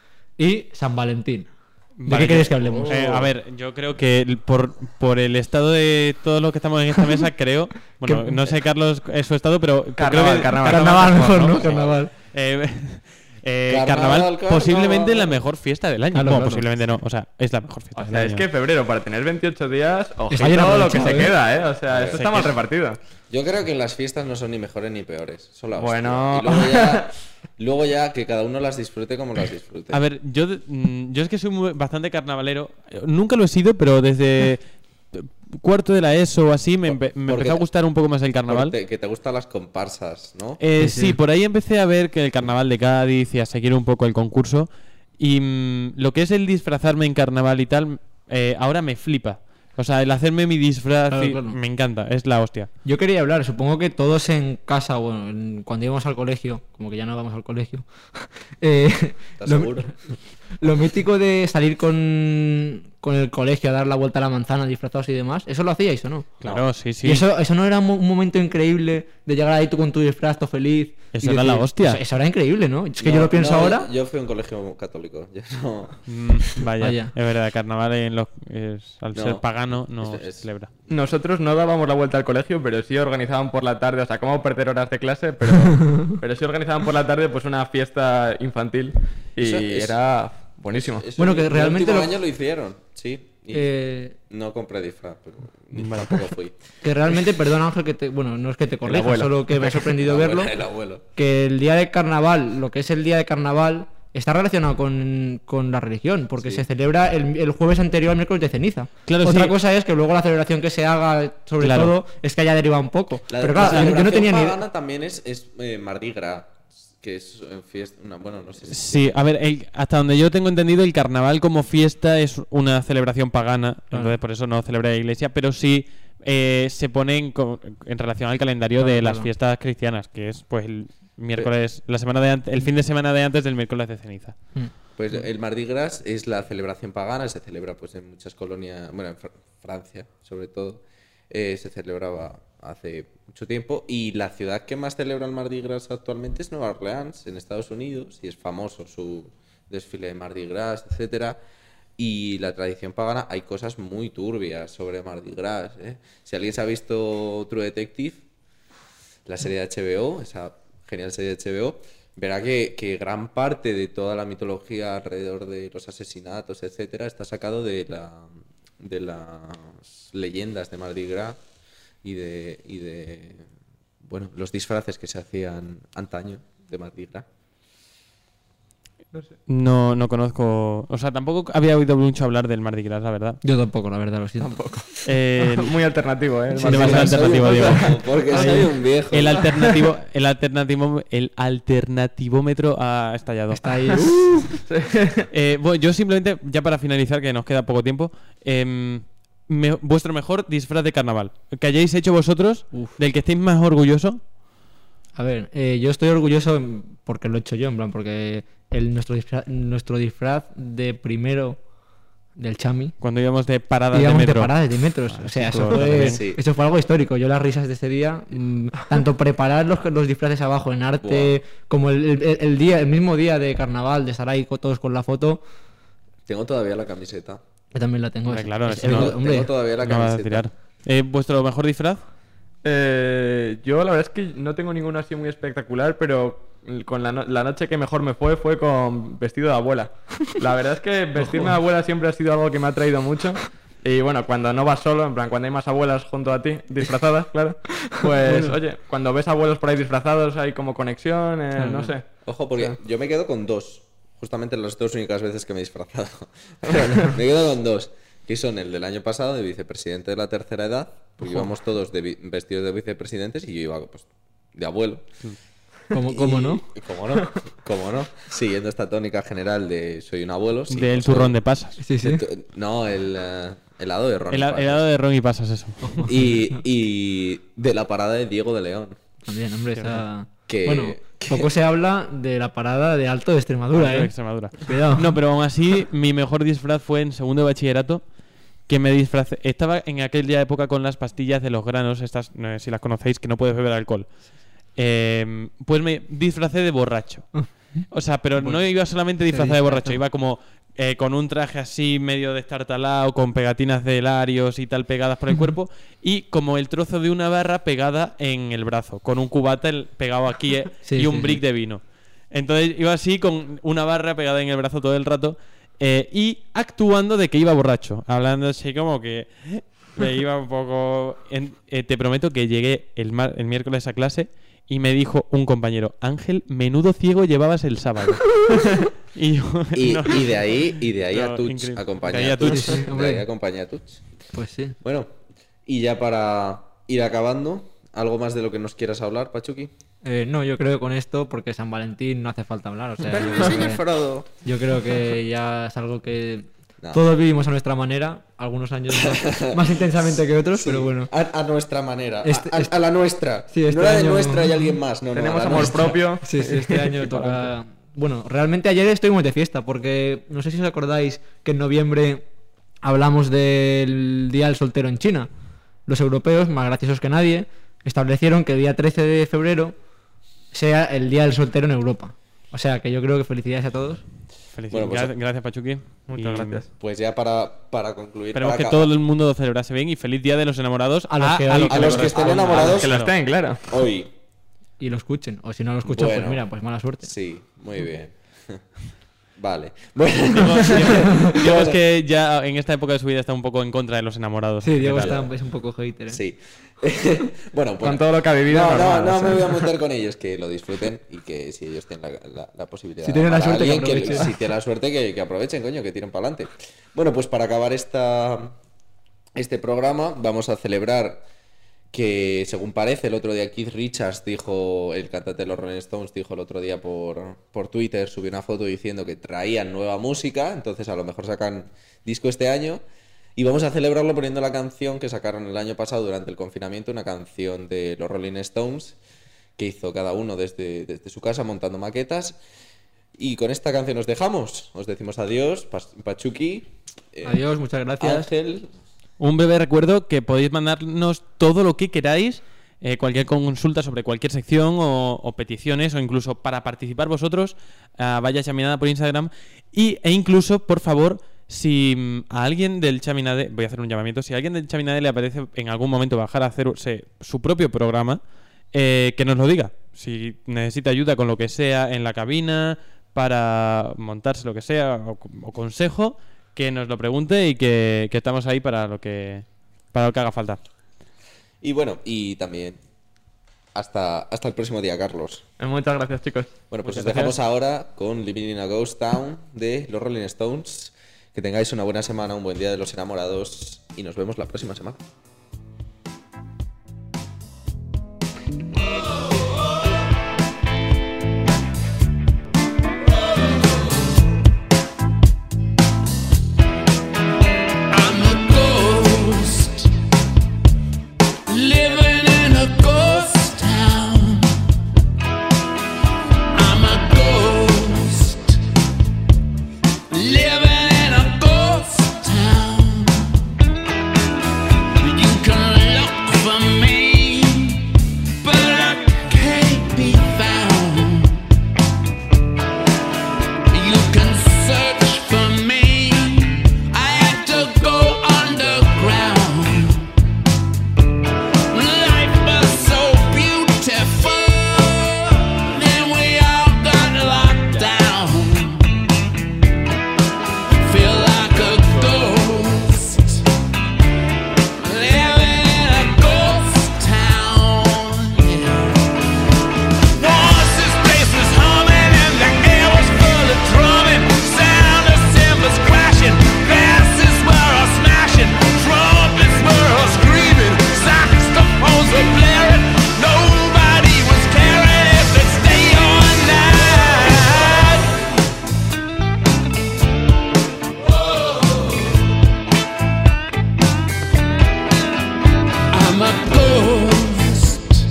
y San Valentín. ¿De Vale, qué queréis que hablemos? Eh, a ver, yo creo que el- por, por el estado de todos los que estamos en esta mesa, creo. Bueno, Que- no sé, Carlos, es su estado, pero. Carnaval, creo que, carnaval. Carnaval mejor, ¿no? ¿no? Carnaval. Eh, eh, Carnaval, carnaval, carnaval. posiblemente la mejor fiesta del año. Claro, bueno, claro. posiblemente no. O sea, es la mejor fiesta O del sea, año. es que febrero, para tener veintiocho días, ojito bien lo que aprovechado, se ¿eh? queda, ¿eh? O sea, Joder, esto sé está que mal es- repartido. yo creo que las fiestas no son ni mejores ni peores. Son la hostia. Bueno. Y luego ya, luego ya que cada uno las disfrute como las disfrute. A ver, yo, mm, yo es que soy muy- bastante carnavalero. Nunca lo he sido, pero desde cuarto de la ESO o así me, empe- me Porque empezó a te- gustar un poco más el carnaval. Porque te- que te gustan las comparsas, ¿no? Eh, Sí, sí, sí. por ahí empecé a ver que el carnaval de Cádiz y a seguir un poco el concurso. Y mm, lo que es el disfrazarme en carnaval y tal, eh, ahora me flipa. O sea, el hacerme mi disfraz Claro, y- claro. me encanta, es la hostia. Yo quería hablar, supongo que todos en casa, bueno, en- cuando íbamos al colegio, como que ya no vamos al colegio, eh, ¿Estás lo, seguro? lo mítico de salir con, con el colegio a dar la vuelta a la manzana disfrazados y demás? ¿Eso lo hacíais o no? Claro, sí, sí. ¿Y eso, eso no era un mo- un momento increíble de llegar ahí tú con tu disfraz todo feliz? Eso y era la hostia. Eso, eso era increíble, ¿no? Es que No, yo lo pienso no, ahora. Yo fui a un colegio católico. Yo no... Mm, vaya, Vaya. es verdad, carnaval en los, es- al No, ser pagano no es- se es- celebra. Nosotros no dábamos la vuelta al colegio, pero sí organizaban por la tarde, o sea, cómo perder horas de clase, pero, pero sí organizaban por la tarde pues una fiesta infantil y Eso es- era buenísimo. Eso Bueno, el- que realmente El último lo- año lo hicieron, sí. Y Eh, no compré disfraz, pero ni tampoco fui. que realmente, perdón Ángel, que te, bueno, no es que te corrija, abuelo. solo que me ha sorprendido El verlo. abuelo, el abuelo. Que el día de carnaval, lo que es el día de carnaval, está relacionado con, con la religión, porque Sí. se celebra el, el jueves anterior al miércoles de ceniza. Claro, Otra sí. cosa es que luego la celebración que se haga, sobre Claro. todo, es que haya derivado un poco. La, Pero la claro, yo- yo no celebración tenía ni idea. pagana también es, es eh, Mardi Gras, que es eh, fiesta, una, bueno, no sé si... Sí, a ver, el- hasta donde yo tengo entendido, el carnaval como fiesta es una celebración pagana, entonces por eso no celebra la iglesia, pero sí eh, se pone en, co- en relación al calendario Claro, de las claro. fiestas cristianas, que es pues el miércoles, la semana de ante- el fin de semana de antes del miércoles de ceniza. Mm. Pues el Mardi Gras es la celebración pagana, se celebra pues en muchas colonias, bueno, en Fr- Francia sobre todo, eh, se celebraba hace mucho tiempo y la ciudad que más celebra el Mardi Gras actualmente es Nueva Orleans, en Estados Unidos, y es famoso su desfile de Mardi Gras, etcétera. Y la tradición pagana, hay cosas muy turbias sobre Mardi Gras, ¿eh? Si alguien se ha visto True Detective, la serie de H B O, esa genial serie de H B O, verá que, que gran parte de toda la mitología alrededor de los asesinatos, etcétera, está sacado de la de las leyendas de Mardi Gras y de y de bueno, los disfraces que se hacían antaño de Mardi Gras. No, no conozco, o sea, tampoco había oído mucho hablar del Mardi Gras, la verdad. Yo tampoco, la verdad, lo siento. Tampoco. Eh, Muy alternativo, ¿eh? Sí, demasiado alternativo, Diego. Porque soy un viejo. El alternativo, el alternativo, el alternativómetro ha estallado. Está ahí. Eh, bueno, yo simplemente, ya para finalizar, que nos queda poco tiempo, em, me- vuestro mejor disfraz de carnaval que hayáis hecho vosotros, Uf. del que estéis más orgulloso. A ver, eh, yo estoy orgulloso en- porque lo he hecho yo, en plan, porque el, nuestro, disfraz, nuestro disfraz de primero del Chami, Cuando íbamos de paradas íbamos de de metro. paradas de metros. O sea, sí, eso claro, fue, también. Sí. eso fue algo histórico. Yo las risas de ese día, mm, tanto preparar los, los disfraces abajo en arte, como el, el- el día, el mismo día de carnaval, de estar ahí co- todos con la foto, Tengo todavía la camiseta. yo también la tengo. Hombre, Es- claro, es- ese es- no- hombre, Tengo todavía la No vas a camiseta. tirar. Eh, ¿Vuestro mejor disfraz? Eh, yo la verdad es que no tengo ninguno así muy espectacular, pero con la, no- la noche que mejor me fue fue con vestido de abuela. La verdad es que vestirme de abuela siempre ha sido algo que me ha traído mucho. Y bueno, cuando no vas solo, en plan, cuando hay más abuelas junto a ti, disfrazadas, claro, pues oye, cuando ves abuelos por ahí disfrazados hay como conexión, eh, no sé. Ojo, porque Sí. yo me quedo con dos. Justamente las dos únicas veces que me he disfrazado. Pero me quedo con dos. Que son el del año pasado de vicepresidente de la tercera edad. Porque íbamos todos de vi- vestidos de vicepresidentes y yo iba pues de abuelo. ¿Cómo, cómo no? Y- ¿Cómo no? ¿Cómo no? Siguiendo esta tónica general de soy un abuelo. sí, Del pues, soy- turrón de pasas. Sí, sí. de tu- No, el eh, helado de ron. El a- helado de ron y pasas, eso. Y, y de la parada de Diego de León. También, hombre, esa... Que- Bueno, que- poco se habla de la parada de Alto de Extremadura, De ¿eh? Extremadura. Cuidado. No, pero aún así, mi mejor disfraz fue en segundo de bachillerato, que me disfracé. Estaba en aquella época con las pastillas de los granos, estas, no sé si las conocéis, que no puedes beber alcohol. Eh, pues me disfracé de borracho. O sea, pero no iba solamente disfrazado de borracho, iba como eh, con un traje así medio destartalado, con pegatinas de Larios y tal pegadas por el cuerpo, y como el trozo de una barra pegada en el brazo, con un cubata el- pegado aquí eh, Sí, y un sí, brick sí. de vino. Entonces iba así con una barra pegada en el brazo todo el rato eh, y actuando de que iba borracho, hablando así como que me iba un poco... en- eh, te prometo que llegué el, mar- el miércoles a clase y me dijo un compañero, Ángel, menudo ciego llevabas el sábado. y, yo, Y, no. y de ahí, y de ahí No, a Tuch, increíble. acompaña De ahí a a Tuch. Tuch. Sí, sí, De hombre. ahí acompaña a Tuch. Pues sí. Bueno, y ya para ir acabando, ¿algo más de lo que nos quieras hablar, Pachuki? Eh, no, yo creo que con esto, porque San Valentín no hace falta hablar. O sea, yo, Pero, creo señor que, Frodo. yo creo que ya es algo que No. todos vivimos a nuestra manera, algunos años más, más intensamente que otros, pero bueno. A, a nuestra manera, a- Este- a, a la nuestra. Sí, este no la de año- nuestra y alguien más, no, no, Tenemos a la amor nuestra. propio. Sí, sí, este año toca... Bueno, realmente ayer estuvimos de fiesta, porque no sé si os acordáis que en noviembre hablamos del Día del Soltero en China. Los europeos, más graciosos que nadie, establecieron que el día trece de febrero sea el Día del Soltero en Europa. O sea que yo creo que felicidades a todos. Felicidades. Bueno, pues, gracias, gracias, Pachuqui. Muchas Y gracias. Pues ya para, para concluir. Esperemos para que acabar, todo el mundo lo celebrase bien y feliz Día de los Enamorados A los que hoy- a los que estén enamorados, Que lo estén, claro. hoy. Y lo escuchen. O si no lo escuchan, Bueno. pues mira, pues mala suerte. Sí, muy bien. Vale. Bueno, Diego es que ya en esta época de su vida está un poco en contra de los enamorados. Sí, Diego ¿Qué tal? está, es un poco hater, ¿eh? sí. bueno, pues. Con todo lo que ha vivido. No, no, normal, no o sea. me voy a meter con ellos, que lo disfruten y que si ellos tienen la, la- la posibilidad Si tienen la de amar a suerte, que alguien, aprovechen. si tienen la suerte, que, que aprovechen, coño, que tiren para adelante. Bueno, pues para acabar esta, este programa, vamos a celebrar que, según parece, el otro día Keith Richards dijo, el cantante de los Rolling Stones, dijo el otro día por, por Twitter, subió una foto diciendo que traían nueva música, entonces a lo mejor sacan disco este año. Y vamos a celebrarlo poniendo la canción que sacaron el año pasado durante el confinamiento, una canción de los Rolling Stones que hizo cada uno desde, desde su casa montando maquetas. Y con esta canción os dejamos. Os decimos adiós, Pas- Pachuqui. eh, Adiós, muchas gracias. Ángel. Un breve recuerdo que podéis mandarnos todo lo que queráis, eh, cualquier consulta sobre cualquier sección o, o peticiones, o incluso para participar vosotros, a Vaya Chaminada por Instagram. Y, e incluso, por favor, si mm, a alguien del Chaminade, voy a hacer un llamamiento, si a alguien del Chaminade le apetece en algún momento bajar a hacerse su propio programa, eh, que nos lo diga. Si necesita ayuda con lo que sea en la cabina, para montarse lo que sea, o, o consejo, que nos lo pregunte y que, que estamos ahí para lo que para lo que haga falta. Y bueno, y también hasta, hasta el próximo día, Carlos. Eh, Muchas gracias, chicos. Bueno, pues Muchas os dejamos gracias. ahora con Living in a Ghost Town de los Rolling Stones. Que tengáis una buena semana, un buen día de los enamorados y nos vemos la próxima semana. I'm a ghost living in a ghost town. I'm a ghost living in a ghost town. You can look for me, but I can't be found. You can search for me. I had to go underground. Life was so beautiful, then we all got locked down. Feel like a ghost living in a ghost town. Once this place was humming and the air was full of drumming, sound of cymbals crashing, glasses were all smashing, trumpets were all screaming, saxophones were blaring. Nobody was caring if they'd stay or not. I'm a ghost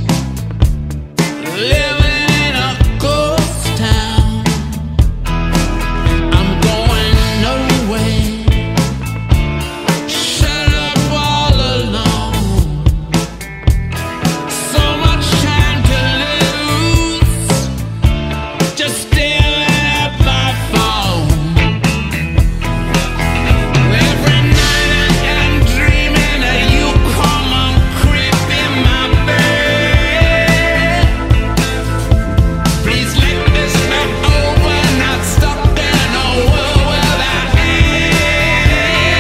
living in a ghost town. I'm going nowhere, shut up all alone. So much time to lose, just staring at my phone. Every night I am dreaming of you come on creeping my bed. Please let this be over, not stuck in a world without end.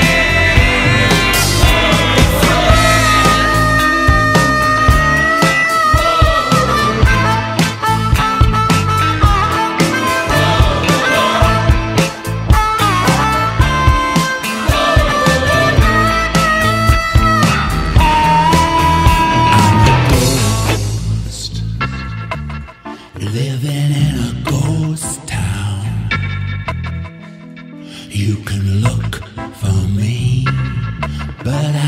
Living in a ghost town. You can look for me, but